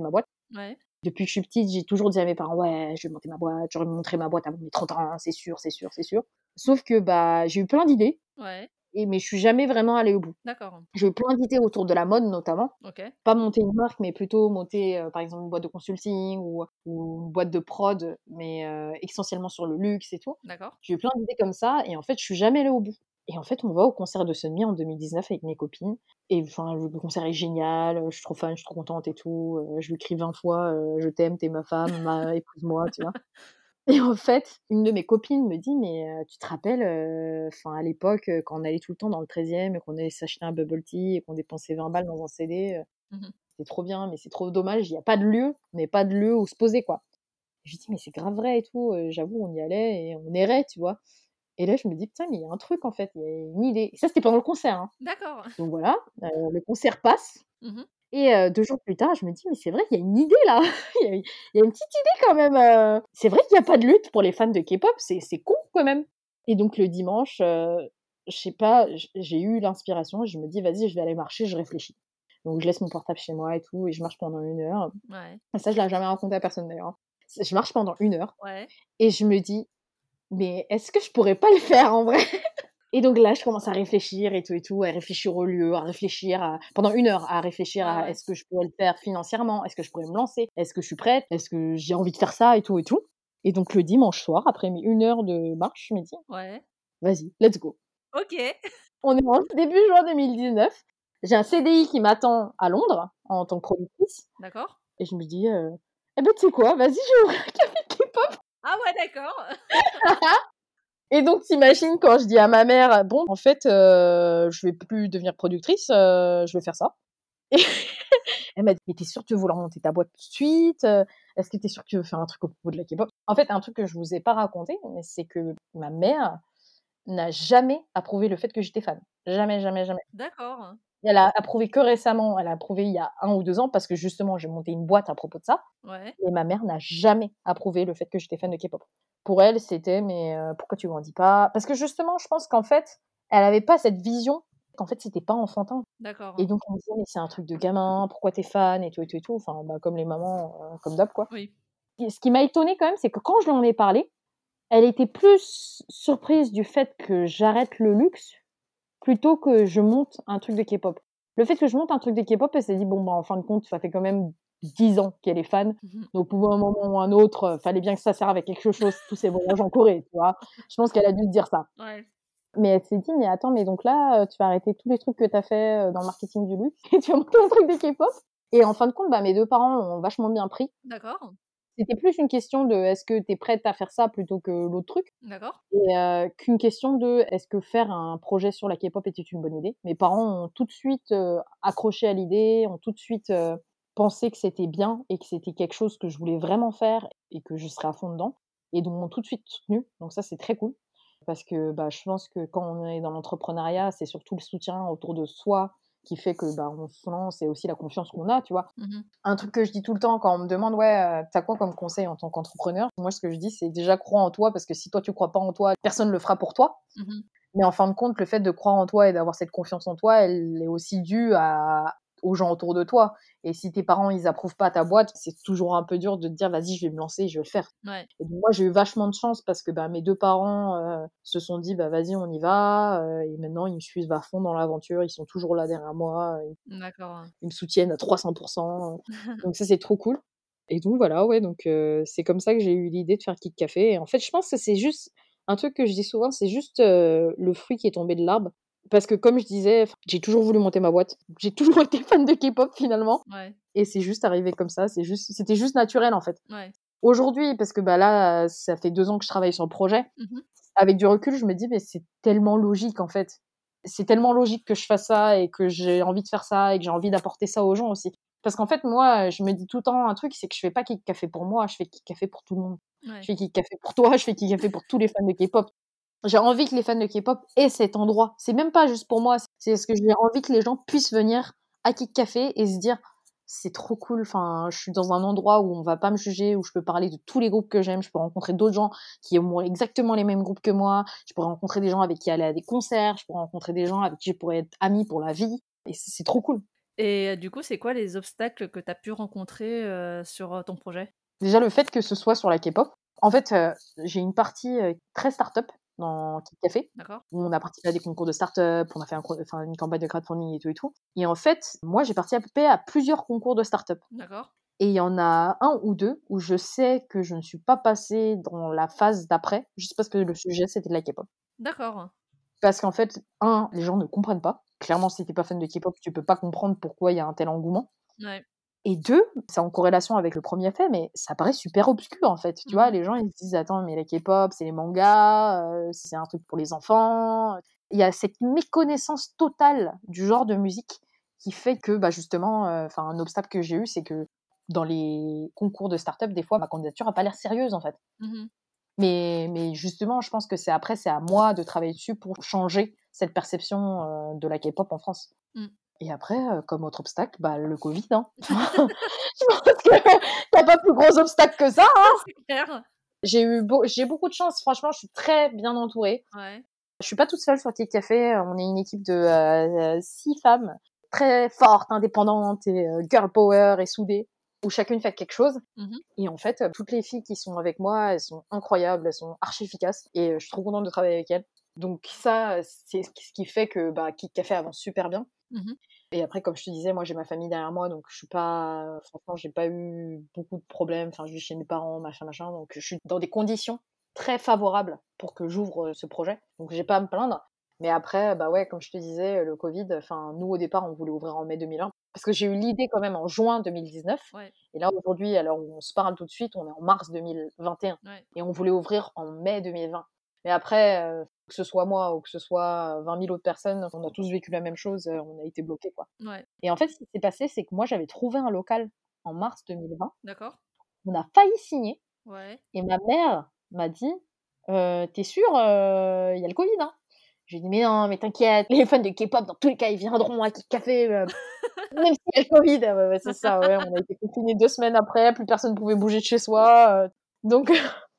A: Ouais.
B: Depuis que je suis petite, j'ai toujours dit à mes parents: «Ouais, je vais monter ma boîte, j'aurais montré ma boîte avant mes trente ans, c'est sûr, c'est sûr, c'est sûr». Sauf que, bah, j'ai eu plein d'idées
A: Ouais.
B: et mais je suis jamais vraiment allée au bout.
A: D'accord.
B: J'ai eu plein d'idées autour de la mode notamment.
A: OK.
B: Pas monter une marque, mais plutôt monter, heu, par exemple, une boîte de consulting ou ou une boîte de prod, mais heu, essentiellement sur le luxe et tout.
A: D'accord.
B: J'ai eu plein d'idées comme ça et en fait, je suis jamais allée au bout et en fait, on va au concert de Sunmi en deux mille dix-neuf avec mes copines et enfin, le concert est génial, heu, je suis trop fan, je suis trop contente et tout, heu, je lui écris vingt fois, heu: «Je t'aime, tu es ma femme, ma épouse-moi», tu vois? Et en fait, une de mes copines me dit: «Mais heu, tu te rappelles, heu, enfin à l'époque, heu, quand on allait tout le temps dans le treizième et qu'on allait s'acheter un bubble tea et qu'on dépensait vingt balles dans un C D, heu,
A: Mmh mh.
B: c'était trop bien, mais c'est trop dommage, il y a pas de lieu, on n'est pas de lieu où se poser, quoi». Je lui dis: «Mais c'est grave vrai et tout, heu, j'avoue on y allait et on errait», tu vois? Et là je me dis: «Putain, mais il y a un truc en fait, il y a une idée». Et ça c'était pendant le concert, hein.
A: D'accord.
B: Donc voilà, heu, le concert passe
A: Mmh mh.
B: et heu, deux jours plus tard, je me dis: «Mais c'est vrai qu'il y a une idée là, il y a il y a une petite idée quand même, heu, c'est vrai qu'il y a pas de lutte pour les fans de K-pop, c'est c'est con quand même». Et donc le dimanche, heu, je sais pas, j j'ai eu l'inspiration et je me dis: «Vas-y, je vais aller marcher, je réfléchis». Donc je laisse mon portable chez moi et tout et je marche pendant une heure.
A: Ouais.
B: Et ça, je l'ai jamais raconté à personne d'ailleurs, hein. C je marche pendant une heure
A: Ouais.
B: et je me dis: «Mais est-ce que je pourrais pas le faire en vrai?» Et donc là, je commence à réfléchir et tout et tout, à réfléchir au lieu, à réfléchir à pendant une heure, à réfléchir
A: Ouais,
B: à:
A: ouais.
B: «Est-ce que je pourrais le faire financièrement? Est-ce que je pourrais me lancer? Est-ce que je suis prête? Est-ce que j'ai envie de faire ça?» et tout et tout. Et donc le dimanche soir, après mes une heure de marche, je me dis:
A: Ouais.
B: «Vas-y, let's go».
A: OK.
B: On est en début juin deux mille dix-neuf, j'ai un C D I qui m'attend à Londres en tant que productrice
A: D'accord.
B: et je me dis, heu: «Eh ben, tu sais quoi? Vas-y, je vais ouvrir un café K-pop».
A: Ah ouais, d'accord.
B: Et donc tu imagines quand je dis à ma mère: «Bon, en fait, heu, je vais plus devenir productrice, heu, je vais faire ça». Et elle m'a dit: «Mais tu es sûre que tu veux vouloir monter ta boîte tout de suite, heu? Est-ce que tu es sûre que tu veux faire un truc au propos de la K-pop?» En fait, un truc que je vous ai pas raconté, mais c'est que ma mère n'a jamais approuvé le fait que j'étais fan. Jamais, jamais, jamais.
A: D'accord.
B: Elle a approuvé que récemment, elle a approuvé il y a un ou deux ans parce que justement j'ai monté une boîte à propos de ça,
A: Ouais.
B: et ma mère n'a jamais approuvé le fait que j'étais fan de K-pop. Pour elle, c'était: «Mais heu, pourquoi tu grandis pas?» Parce que justement, je pense qu'en fait, elle avait pas cette vision qu'en fait c'était pas enfantin. Et
A: D'accord.
B: donc elle me disait: «Mais c'est un truc de gamin, pourquoi tu es fan?» et tout et tout et tout, enfin, bah, comme les mamans, heu, comme d'hab, quoi.
A: Oui.
B: Et ce qui m'a étonnée quand même, c'est que quand je lui en ai parlé, elle était plus surprise du fait que j'arrête le luxe, plutôt que je monte un truc de K-pop. Le fait que je monte un truc de K-pop, elle s'est dit: «Bon, bah, en fin de compte, ça fait quand même dix ans qu'elle est fan,
A: Mmh mh.
B: donc pour un moment ou un autre, heu, fallait bien que ça serve à quelque chose, tous ces voyages en Corée», tu vois? Je pense qu'elle a dû se dire ça.
A: Ouais.
B: Mais elle s'est dit: «Mais attends, mais donc là, heu, tu vas arrêter tous les trucs que tu as fait, heu, dans le marketing du luxe et tu vas monter un truc de K-pop?» Et en fin de compte, bah, mes deux parents l'ont vachement bien pris.
A: D'accord.
B: C'était plus une question de: «Est-ce que tu es prête à faire ça plutôt que l'autre truc?»
A: D'accord.
B: et heu, qu'une question de: «Est-ce que faire un projet sur la K-pop était une bonne idée?» Mes parents ont tout de suite, heu, accroché à l'idée, ont tout de suite, heu, pensé que c'était bien et que c'était quelque chose que je voulais vraiment faire et que je serais à fond dedans, et donc m'ont tout de suite soutenue, donc ça, c'est très cool. Parce que, bah, je pense que quand on est dans l'entrepreneuriat, c'est surtout le soutien autour de soi qui fait que, bah, on se lance, et aussi la confiance qu'on a, tu vois?
A: Mmh mh.
B: Un truc que je dis tout le temps quand on me demande: «Ouais, heu, tu as quoi comme conseil en tant qu'entrepreneur?» Moi, ce que je dis, c'est déjà crois en toi, parce que si toi tu crois pas en toi, personne le fera pour toi.
A: Mmh mh.
B: Mais en fin de compte, le fait de croire en toi et d'avoir cette confiance en toi, elle est aussi due à aux gens autour de toi. Et si tes parents, ils approuvent pas ta boîte, c'est toujours un peu dur de te dire: «Vas-y, je vais me lancer, je vais le faire».
A: Ouais.
B: Et donc moi, j'ai eu vachement de chance parce que, bah, mes deux parents, heu, se sont dit: «Bah, vas-y, on y va», heu, et maintenant ils me suivent à fond dans l'aventure. Ils sont toujours là derrière moi, ils
A: D'accord.
B: ils me soutiennent à trois cents pour cent, heu, donc ça, c'est trop cool. Et donc voilà, ouais, donc heu, c'est comme ça que j'ai eu l'idée de faire Kik Café. Et en fait, je pense que c'est juste un truc que je dis souvent, c'est juste, heu, le fruit qui est tombé de l'arbre. Parce que comme je disais, enfin, j'ai toujours voulu monter ma boîte. J'ai toujours été fan de K-pop finalement,
A: Ouais.
B: et c'est juste arrivé comme ça, c'est juste c'était juste naturel, en fait.
A: Ouais.
B: Aujourd'hui, parce que, bah, là, heu, ça fait deux ans que je travaille sur le projet,
A: Mmh mh.
B: avec du recul, je me dis: «Mais c'est tellement logique, en fait. C'est tellement logique que je fasse ça et que j'ai envie de faire ça et que j'ai envie d'apporter ça aux gens aussi». Parce qu'en fait, moi, je me dis tout le temps un truc, c'est que je fais pas Kik Café pour moi, je fais Kik Café pour tout le monde. Je
A: Ouais.
B: fais Kik Café pour toi, je fais Kik Café pour tous les fans de K-pop. J'ai envie que les fans de K-pop aient cet endroit. C'est même pas juste pour moi, c'est parce que j'ai envie que les gens puissent venir à Kik Café et se dire: «C'est trop cool, enfin, je suis dans un endroit où on va pas me juger, où je peux parler de tous les groupes que j'aime, je peux rencontrer d'autres gens qui aiment exactement les mêmes groupes que moi, je pourrais rencontrer des gens avec qui aller à des concerts, je pourrais rencontrer des gens avec qui je pourrais être amie pour la vie», et c'est c'est trop cool.
A: Et du coup, c'est quoi les obstacles que tu as pu rencontrer, heu, sur ton projet?
B: Déjà, le fait que ce soit sur la K-pop. En fait, heu, j'ai une partie, heu, très start-up dans Kit Café,
A: D'accord.
B: où on a participé à des concours de start-up, on a fait un co enfin, une campagne de crowdfunding et tout et tout. Et en fait, moi, j'ai participé à plusieurs concours de start-up.
A: D'accord.
B: Et il y en a un ou deux où je sais que je ne suis pas passée dans la phase d'après, juste parce que le sujet, c'était de la K-pop.
A: D'accord.
B: Parce qu'en fait, un, les gens ne comprennent pas. Clairement, si tu es pas fan de K-pop, tu peux pas comprendre pourquoi il y a un tel engouement.
A: Ouais.
B: Et deux, c'est en corrélation avec le premier fait, mais ça paraît super obscur, en fait. Tu
A: Mmh
B: vois,
A: mh.
B: les gens, ils se disent: «Attends, mais la K-pop, c'est les mangas, heu, c'est un truc pour les enfants». Il y a cette méconnaissance totale du genre de musique qui fait que, bah, justement, heu, enfin, un obstacle que j'ai eu, c'est que dans les concours de start-up, des fois, ma candidature a pas l'air sérieuse, en fait.
A: Mmh mh.
B: Mais mais justement, je pense que c'est après, c'est à moi de travailler dessus pour changer cette perception, heu, de la K-pop en France.
A: Mmh.
B: Et après, heu, comme autre obstacle, bah, le Covid, hein. Je pense que tu as pas plus gros obstacle que ça, hein.
A: C'est clair.
B: J'ai eu beau j'ai beaucoup de chance, franchement, je suis très bien entourée.
A: Ouais.
B: Je suis pas toute seule sur Kit Café, on est une équipe de, heu, six femmes très fortes, indépendantes et heu, girl power et soudées, où chacune fait quelque chose.
A: Mmh mh.
B: Et en fait, toutes les filles qui sont avec moi, elles sont incroyables, elles sont archi efficaces et heu, je suis trop contente de travailler avec elles. Donc ça, c'est ce qui fait que, bah, Kit Café avance super bien.
A: Mmh mh.
B: Et après, comme je te disais, moi, j'ai ma famille derrière moi, donc je suis pas franchement, j'ai pas eu beaucoup de problèmes. Enfin, je vis chez mes parents, machin, machin, donc je suis dans des conditions très favorables pour que j'ouvre, heu, ce projet. Donc j'ai pas à me plaindre. Mais après, bah, ouais, comme je te disais, le Covid, enfin, nous, au départ, on voulait ouvrir en mai deux mille vingt parce que j'ai eu l'idée quand même en juin deux mille dix-neuf.
A: Ouais.
B: Et là, aujourd'hui, à l'heure où on se parle tout de suite, on est en mars deux mille vingt et un
A: Ouais.
B: et on voulait ouvrir en mai deux mille vingt. Mais après, heu, que ce soit moi ou que ce soit vingt mille autres personnes, on a tous vécu la même chose, heu, on a été bloqués, quoi.
A: Ouais.
B: Et en fait, ce qui s'est passé, c'est que moi, j'avais trouvé un local en mars deux mille vingt.
A: D'accord.
B: On a failli signer
A: Ouais.
B: et ma mère m'a dit: «Heu, tu es sûre, heu, il y a le Covid, hein?» Je lui ai dit: «Mais non, mais t'inquiète, les fans de K-pop, dans tous les cas, ils viendront à Kit Café, heu, même s'il y a le Covid». Ouais, ouais, c'est ça, ouais, on a été confinés deux semaines après, plus personne pouvait bouger de chez soi, heu, donc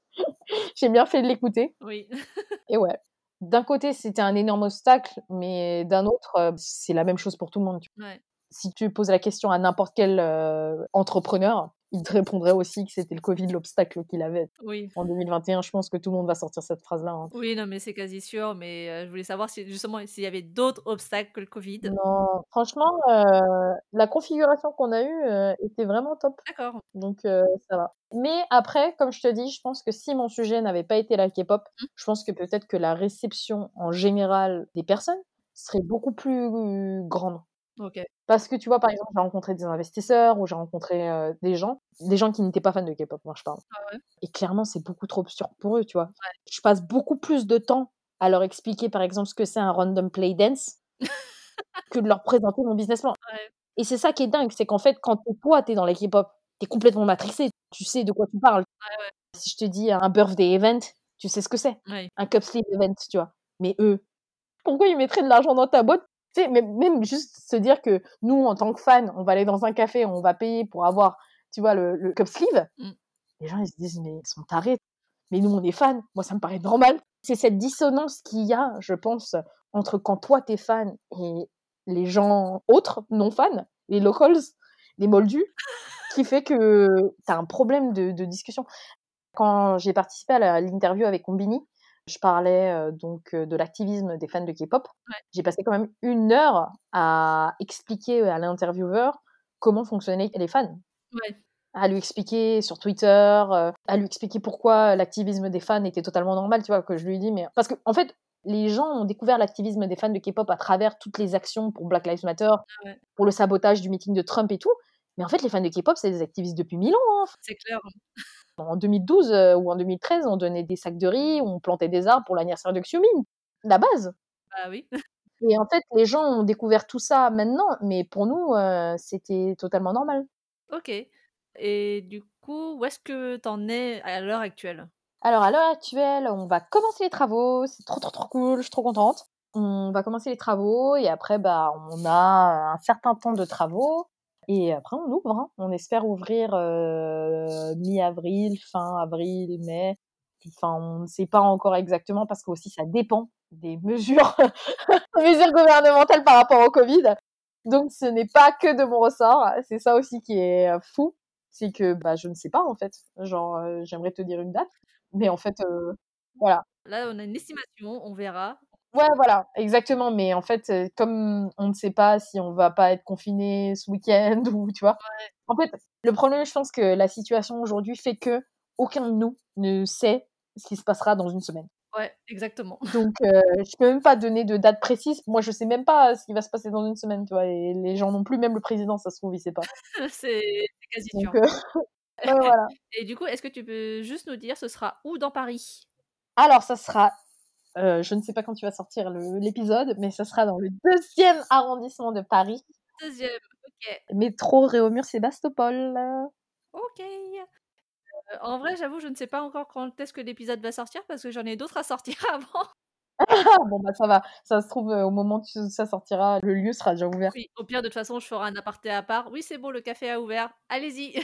B: j'ai bien fait de l'écouter.
A: Oui.
B: Et ouais, d'un côté, c'était un énorme obstacle, mais d'un autre, heu, c'est la même chose pour tout le monde, tu
A: Ouais.
B: si tu poses la question à n'importe quel, heu, entrepreneur, il te répondrait aussi que c'était le Covid l'obstacle qu'il avait.
A: Oui.
B: En deux mille vingt et un, je pense que tout le monde va sortir cette phrase-là, hein.
A: Oui, non, mais c'est quasi sûr, mais heu, je voulais savoir si justement s'il y avait d'autres obstacles que le Covid.
B: Non, franchement, heu, la configuration qu'on a eue, heu, était vraiment top,
A: D'accord.
B: donc heu, ça va. Mais après, comme je te dis, je pense que si mon sujet n'avait pas été la K-pop,
A: Mmh.
B: je pense que peut-être que la réception en général des personnes serait beaucoup plus grande.
A: OK.
B: Parce que tu vois, par exemple, j'ai rencontré des investisseurs ou j'ai rencontré, heu, des gens des gens qui n'étaient pas fans de K-pop, moi je parle.
A: Ah ouais?
B: Et clairement, c'est beaucoup trop obscur pour eux, tu vois?
A: Ouais.
B: Je passe beaucoup plus de temps à leur expliquer, par exemple, ce que c'est un random play dance que de leur présenter mon business plan.
A: Ouais.
B: Et c'est ça qui est dingue, c'est qu'en fait, quand tu toi, tu es dans la K-pop, tu es complètement matrixé, tu sais de quoi tu parles.
A: Ouais, ouais.
B: Si je te dis un birthday event, tu sais ce que c'est,
A: Oui.
B: un cup sleeve event, tu vois? Mais eux, pourquoi ils mettraient de l'argent dans ta boîte? Tu sais, même même juste se dire que nous, en tant que fans, on va aller dans un café, on va payer pour avoir, tu vois, le le cup sleeve.
A: Mmh.
B: Les gens, ils se disent: «Mais ils sont tarés». Mais nous, on est fans. Moi, ça me paraît normal. C'est cette dissonance qu'il y a, je pense, entre quand toi, tu es fan et les gens autres, non fans, les locals, les moldus, qui fait que tu as un problème de de discussion. Quand j'ai participé à la l'interview avec Konbini, je parlais, heu, donc heu, de l'activisme des fans de K-pop.
A: Ouais.
B: J'ai passé quand même une heure à expliquer à l'intervieweur comment fonctionnaient les fans.
A: Ouais.
B: À lui expliquer sur Twitter, heu, à lui expliquer pourquoi l'activisme des fans était totalement normal, tu vois? Que je lui dis mais parce qu'en fait, les gens ont découvert l'activisme des fans de K-pop à travers toutes les actions pour Black Lives Matter,
A: Ah ouais.
B: pour le sabotage du meeting de Trump et tout. Mais en fait, les fans de K-pop, c'est des activistes depuis mille ans, hein.
A: C'est clair.
B: En deux mille douze, heu, ou en deux mille treize, on donnait des sacs de riz, on plantait des arbres pour l'anniversaire de Xiumin. La base.
A: Bah oui.
B: Et en fait, les gens ont découvert tout ça maintenant, mais pour nous, heu, c'était totalement normal.
A: OK. Et du coup, où est-ce que tu en es à l'heure actuelle?
B: Alors à l'heure actuelle, on va commencer les travaux, c'est trop, trop, trop cool, je suis trop contente. On va commencer les travaux et après, bah, on a un certain temps de travaux et après on ouvre, hein. On espère ouvrir, heu, mi-avril, fin avril, mai. Enfin, on ne sait pas encore exactement parce qu'aussi ça dépend des mesures des mesures gouvernementales par rapport au Covid. Donc ce n'est pas que de mon ressort, c'est ça aussi qui est euh, fou, c'est que bah je ne sais pas en fait. Genre euh, j'aimerais te dire une date, mais en fait euh, voilà.
A: Là, on a une estimation, on verra.
B: Ouais, voilà, exactement. Mais en fait, euh, comme on ne sait pas si on va pas être confiné ce week-end ou tu vois.
A: Ouais.
B: En fait, le problème, je pense que la situation aujourd'hui fait que aucun de nous ne sait ce qui se passera dans une semaine.
A: Ouais, exactement.
B: Donc, euh, je peux même pas donner de date précise. Moi, je sais même pas ce qui va se passer dans une semaine, tu vois. Et les gens non plus, même le président, ça se trouve, il sait pas.
A: C'est c'est quasi
B: Donc,
A: sûr.
B: euh, ouais, voilà.
A: Et du coup, est-ce que tu peux juste nous dire ce sera où dans Paris?
B: Alors, ça sera, euh, je ne sais pas quand tu vas sortir le- l'épisode, mais ça sera dans le deuxième arrondissement de Paris,
A: Deuxième, OK.
B: métro Réaumur-Sébastopol.
A: OK. Heu, en vrai, j'avoue, je ne sais pas encore quand est-ce que l'épisode va sortir parce que j'en ai d'autres à sortir avant.
B: Ah bon, bah ça va. Ça se trouve, euh, au moment où ça sortira, le lieu sera déjà ouvert.
A: Oui, au pire, de toute façon, je ferai un aparté à part. «Oui, c'est bon, le café a ouvert, allez-y!»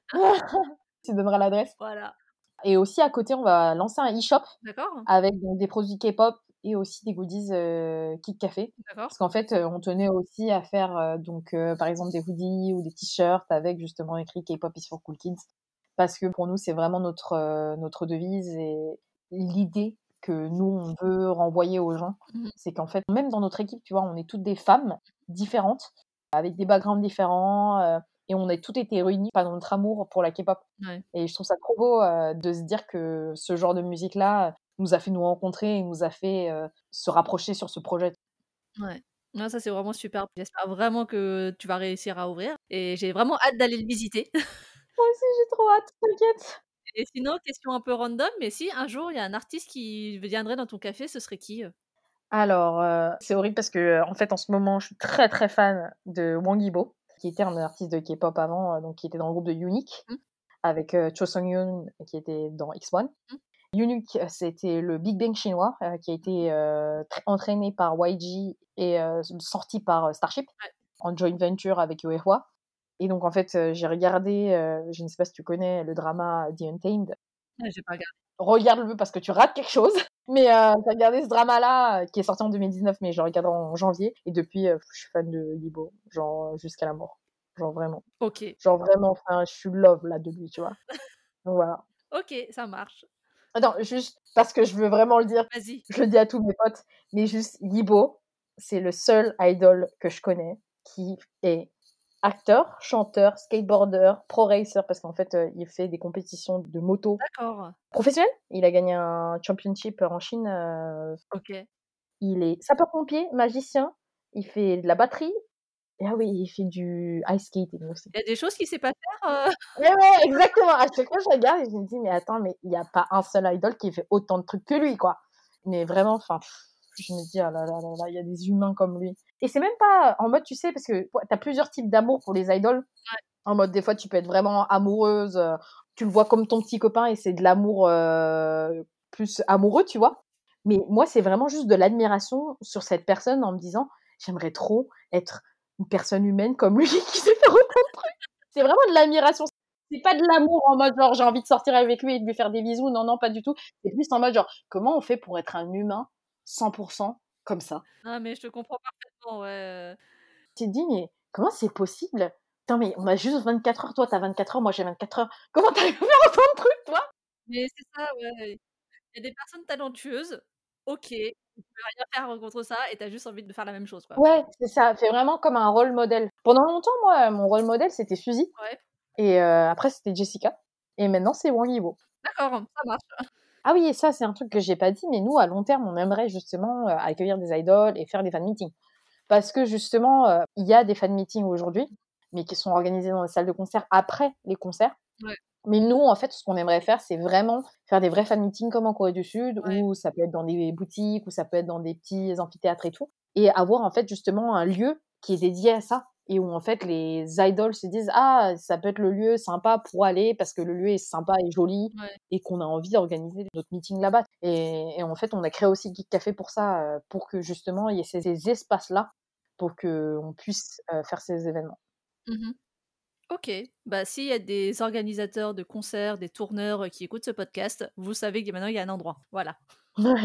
B: Tu donneras l'adresse.
A: Voilà.
B: Et aussi, à côté, on va lancer un e-shop
A: D'accord,
B: avec donc des produits K-pop et aussi des goodies euh, Kik Café.
A: d'accord.
B: Parce qu'en fait, euh, on tenait aussi à faire, euh, donc, euh, par exemple, des hoodies ou des t-shirts avec justement écrit K-pop is for cool kids. Parce que pour nous, c'est vraiment notre, euh, notre devise et l'idée que nous, on veut renvoyer aux gens.
A: Mmh.
B: C'est qu'en fait, même dans notre équipe, tu vois, on est toutes des femmes différentes, avec des backgrounds différents, euh, et on a toutes été réunies par notre amour pour la K-pop.
A: Ouais.
B: Et je trouve ça trop beau euh, de se dire que ce genre de musique-là nous a fait nous rencontrer et nous a fait euh, se rapprocher sur ce projet.
A: Ouais. Non, ça, c'est vraiment super. J'espère vraiment que tu vas réussir à ouvrir et j'ai vraiment hâte d'aller le visiter.
B: Moi aussi, j'ai trop hâte, t'inquiète.
A: Et sinon, question un peu random, mais si un jour il y a un artiste qui viendrait dans ton café, ce serait qui, heu?
B: Alors, euh, c'est horrible parce que, euh, en fait, en ce moment, je suis très très fan de Wang Yibo, qui était un artiste de K-pop avant, euh, donc qui était dans le groupe de Unique,
A: Mmh,
B: avec euh, Cho Sung-yoon, qui était dans X one.
A: mmh,
B: Unique, euh, c'était le Big Bang chinois, euh, qui a été euh, tr- entraîné par Y G et euh, sorti par euh, Starship,
A: ouais.
B: en joint venture avec Yoehwa. Et donc, en fait, euh, j'ai regardé, euh, je ne sais pas si tu connais le drama The Untamed.
A: Ouais, j'ai pas regardé.
B: Regarde-le parce que tu rates quelque chose. Mais euh, j'ai regardé ce drama-là, euh, qui est sorti en deux mille dix-neuf, mais je le regarde en janvier. Et depuis, euh, je suis fan de Yibo, genre euh, jusqu'à la mort. Genre vraiment.
A: OK,
B: Genre vraiment, enfin, je suis love là de lui, tu vois. Donc voilà.
A: OK, ça marche.
B: Attends, juste parce que je veux vraiment le dire,
A: Vas-y.
B: je le dis à tous mes potes, mais juste Yibo, c'est le seul idol que je connais qui est acteur, chanteur, skateboarder, pro racer, parce qu'en fait, euh, il fait des compétitions de moto
A: D'accord.
B: professionnelles. Il a gagné un championship en Chine. euh,
A: OK.
B: il est sapeur-pompier, magicien, il fait de la batterie. Et ah oui, il fait du ice skating aussi.
A: Il y a des choses qu'il sait pas faire, heu?
B: Ouais, ouais, exactement. À chaque fois, je regarde et je me dis, mais attends, mais il n'y a pas un seul idol qui fait autant de trucs que lui, quoi. Mais vraiment, enfin, je me dis, ah là là là là, il y a des humains comme lui. Et c'est même pas en mode, tu sais, parce que ouais, t'as plusieurs types d'amour pour les idols. En mode, des fois, tu peux être vraiment amoureuse, euh, tu le vois comme ton petit copain et c'est de l'amour euh, plus amoureux, tu vois. Mais moi, c'est vraiment juste de l'admiration sur cette personne en me disant, j'aimerais trop être une personne humaine comme lui qui sait faire autant de trucs. C'est vraiment de l'admiration. C'est pas de l'amour en mode genre j'ai envie de sortir avec lui et de lui faire des bisous. Non, non, pas du tout. C'est plus en mode genre comment on fait pour être un humain cent pour cent comme ça.
A: Ah, mais je te comprends parfaitement, ouais, heu,
B: Tu te dis, mais comment c'est possible? Putain, mais on a juste vingt-quatre heures. Toi, t'as vingt-quatre heures, moi j'ai vingt-quatre heures. Comment t'arrives à faire autant de trucs, toi?
A: mais c'est ça, ouais. Il y a des personnes talentueuses, OK, tu peux rien faire contre ça et tu as juste envie de faire la même chose, quoi.
B: Ouais, c'est ça. Fait vraiment comme un rôle modèle. Pendant longtemps, moi, mon rôle modèle, c'était Suzy.
A: Ouais,
B: Et euh, après, c'était Jessica. Et maintenant, c'est Wang Yibo.
A: d'accord, ça marche.
B: Ah oui, et ça, c'est un truc que j'ai pas dit, mais nous, à long terme, on aimerait justement euh, accueillir des idoles et faire des fan meetings. Parce que justement, euh, il y a des fan meetings aujourd'hui, mais qui sont organisés dans les salles de concert après les concerts.
A: Ouais,
B: Mais nous, en fait, ce qu'on aimerait faire, c'est vraiment faire des vrais fan meetings comme en Corée du Sud,
A: ouais.
B: où ça peut être dans des boutiques, ou ça peut être dans des petits amphithéâtres et tout, et avoir en fait justement un lieu qui est dédié à ça, et où en fait les idoles se disent ah ça peut être le lieu sympa pour aller parce que le lieu est sympa et joli
A: Ouais.
B: et qu'on a envie d'organiser notre meeting là-bas. Et, et en fait, on a créé aussi Geek Café pour ça, euh, pour que justement il y ait ces, ces espaces-là pour qu'on puisse euh, faire ces événements.
A: Mmh. OK. Bah, s'il y a des organisateurs de concerts, des tourneurs, heu, qui écoutent ce podcast, vous savez que maintenant il y a un endroit. Voilà.
B: Ouais.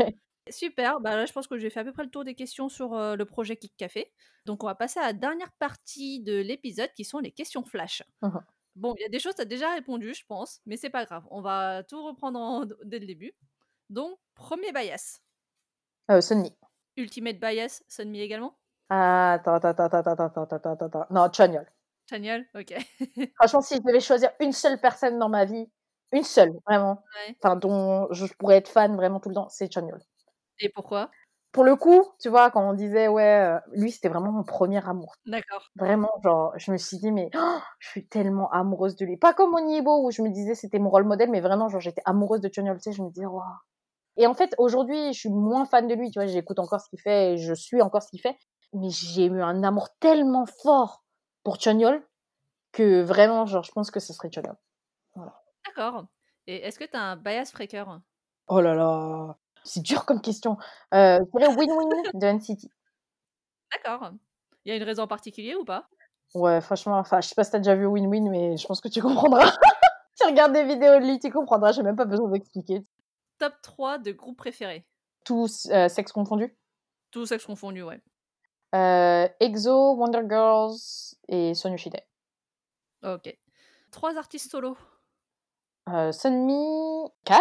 A: Super, bah là je pense que j'ai fait à peu près le tour des questions sur euh, le projet Kick Café. Donc on va passer à la dernière partie de l'épisode qui sont les questions flash.
B: Mhm.
A: Bon, il y a des choses, tu as déjà répondu, je pense, mais c'est pas grave. On va tout reprendre en- dès le début. Donc, premier bias.
B: Euh, Sunmi.
A: Ultimate bias, Sunmi également.
B: Ah, attends, attends, attends, attends, attends, attends, attends, attends. Non, Chonyol.
A: Chaniol, ok.
B: Franchement, si je devais choisir une seule personne dans ma vie, une seule, vraiment,
A: Ouais.
B: enfin, dont je pourrais être fan vraiment tout le temps, c'est Chonyol.
A: Et pourquoi?
B: Pour le coup, tu vois, quand on disait, ouais, euh, lui, c'était vraiment mon premier amour.
A: D'accord.
B: Vraiment, genre, je me suis dit, mais oh, je suis tellement amoureuse de lui. Pas comme Oniebo, où je me disais c'était mon rôle modèle, mais vraiment, genre, j'étais amoureuse de Chonyol, tu sais, je me disais, waouh. Et en fait, aujourd'hui, je suis moins fan de lui, tu vois, j'écoute encore ce qu'il fait et je suis encore ce qu'il fait. Mais j'ai eu un amour tellement fort pour Chonyol que vraiment, genre, je pense que ce serait Chonyol. Voilà.
A: D'accord. Et est-ce que tu as un bias freaker?
B: Oh là là, c'est dur comme question. Euh, je dirais Win-Win de N C T.
A: D'accord. Il y a une raison en particulier ou pas?
B: Ouais, franchement, enfin, je sais pas si t'as déjà vu Win-Win, mais je pense que tu comprendras. Tu regardes des vidéos de lui, tu comprendras, j'ai même pas besoin d'expliquer.
A: Top trois de groupes préférés.
B: Tous euh, sexes confondus.
A: Tous sexes confondus, ouais.
B: Euh, EXO, Wonder Girls et Sonushide.
A: Ok. Trois artistes solo.
B: Euh, Sunmi, Kai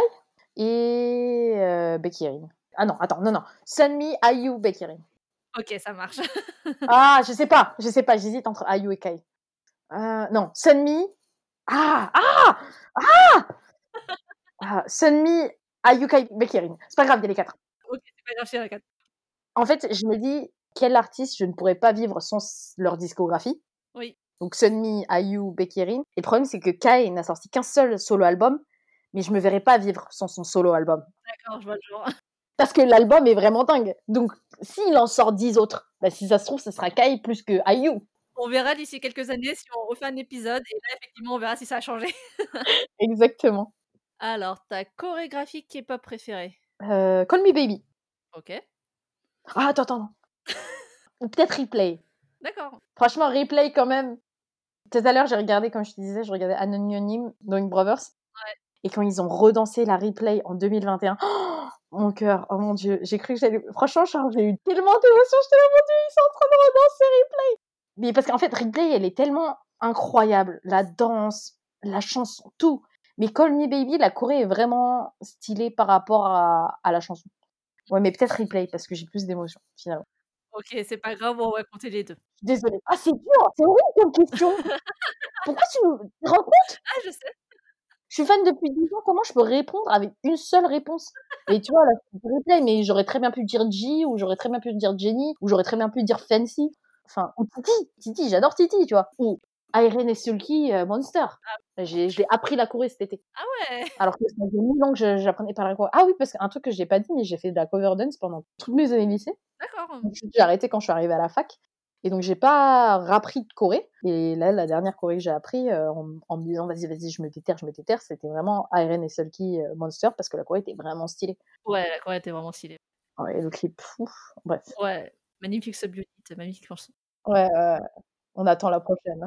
B: et euh, Becky Erin. Ah non, attends, non, non. Sunmi, Ayu, Becky Erin.
A: Ok, ça marche.
B: Ah, je sais pas, je sais pas, j'hésite entre Ayu et Kai. Euh, non, Sunmi. Ah, ah, ah, ah Sunmi, Ayu, Kai, Becky Erin. C'est pas grave, il y a les quatre.
A: Ok, c'est pas grave, c'est la quatre.
B: En fait, je me dis, quel artiste je ne pourrais pas vivre sans leur discographie.
A: Oui.
B: Donc Sunmi, Ayu, Becky Erin. Et le problème, c'est que Kai n'a sorti qu'un seul solo album, mais je me verrais pas vivre sans son solo album.
A: D'accord, je vois le genre.
B: Parce que l'album est vraiment dingue. Donc, s'il en sort dix autres, bah, si ça se trouve, ce sera Kai plus que Ayu.
A: On verra d'ici quelques années si on refait un épisode et là, effectivement, on verra si ça a changé.
B: Exactement.
A: Alors, ta chorégraphie K-pop préférée?
B: Euh, Call Me Baby.
A: Ok.
B: Ah, attends, attends. Ou peut-être Replay.
A: D'accord.
B: Franchement, Replay quand même. Tout à l'heure, j'ai regardé, comme je te disais, je regardais Anonyme, Knowing Brothers.
A: Ouais.
B: Et quand ils ont redansé la Replay en deux mille vingt et un, oh, mon cœur, oh mon Dieu, j'ai cru que j'allais... Franchement, j'ai eu tellement d'émotions, j'étais là, mon Dieu, ils sont en train de redanser Replay. Mais parce qu'en fait, Replay, elle est tellement incroyable. La danse, la chanson, tout. Mais Call Me Baby, la choré est vraiment stylée par rapport à, à la chanson. Ouais, mais peut-être Replay, parce que j'ai plus d'émotions, finalement.
A: Ok, c'est pas grave, on va compter les deux.
B: Désolée. Ah, c'est dur, c'est horrible comme question. Pourquoi tu me tu te rends compte?
A: Ah, je sais.
B: Je suis fan depuis dix ans, comment je peux répondre avec une seule réponse? Et tu vois, là, c'est Replay, mais j'aurais très bien pu dire G, ou j'aurais très bien pu dire Jenny, ou j'aurais très bien pu dire Fancy. Enfin, ou Titi. Titi, j'adore Titi, tu vois. Ou Irene et Sulky, euh, Monster. J'ai, je l'ai appris la choré cet été.
A: Ah ouais.
B: Alors que ça faisait mille ans que je- j'apprenais pas la choré. Ah oui, parce qu'un truc que j'ai pas dit, mais j'ai fait de la cover dance pendant toutes mes années lycée.
A: D'accord.
B: Donc, j'ai arrêté quand je suis arrivée à la fac. Et donc, j'ai pas rappris de choré. Et là, la dernière choré que j'ai appris, euh, en, en me disant, vas-y, vas-y, je me déterre, je me déterre, c'était vraiment Irene et Sulky, euh, Monster, parce que la choré était vraiment stylée.
A: Ouais, la choré était vraiment stylée.
B: Ouais, et le clip, ouf, bref.
A: Ouais, magnifique subunit, magnifique chanson.
B: Ouais, euh, on attend la prochaine.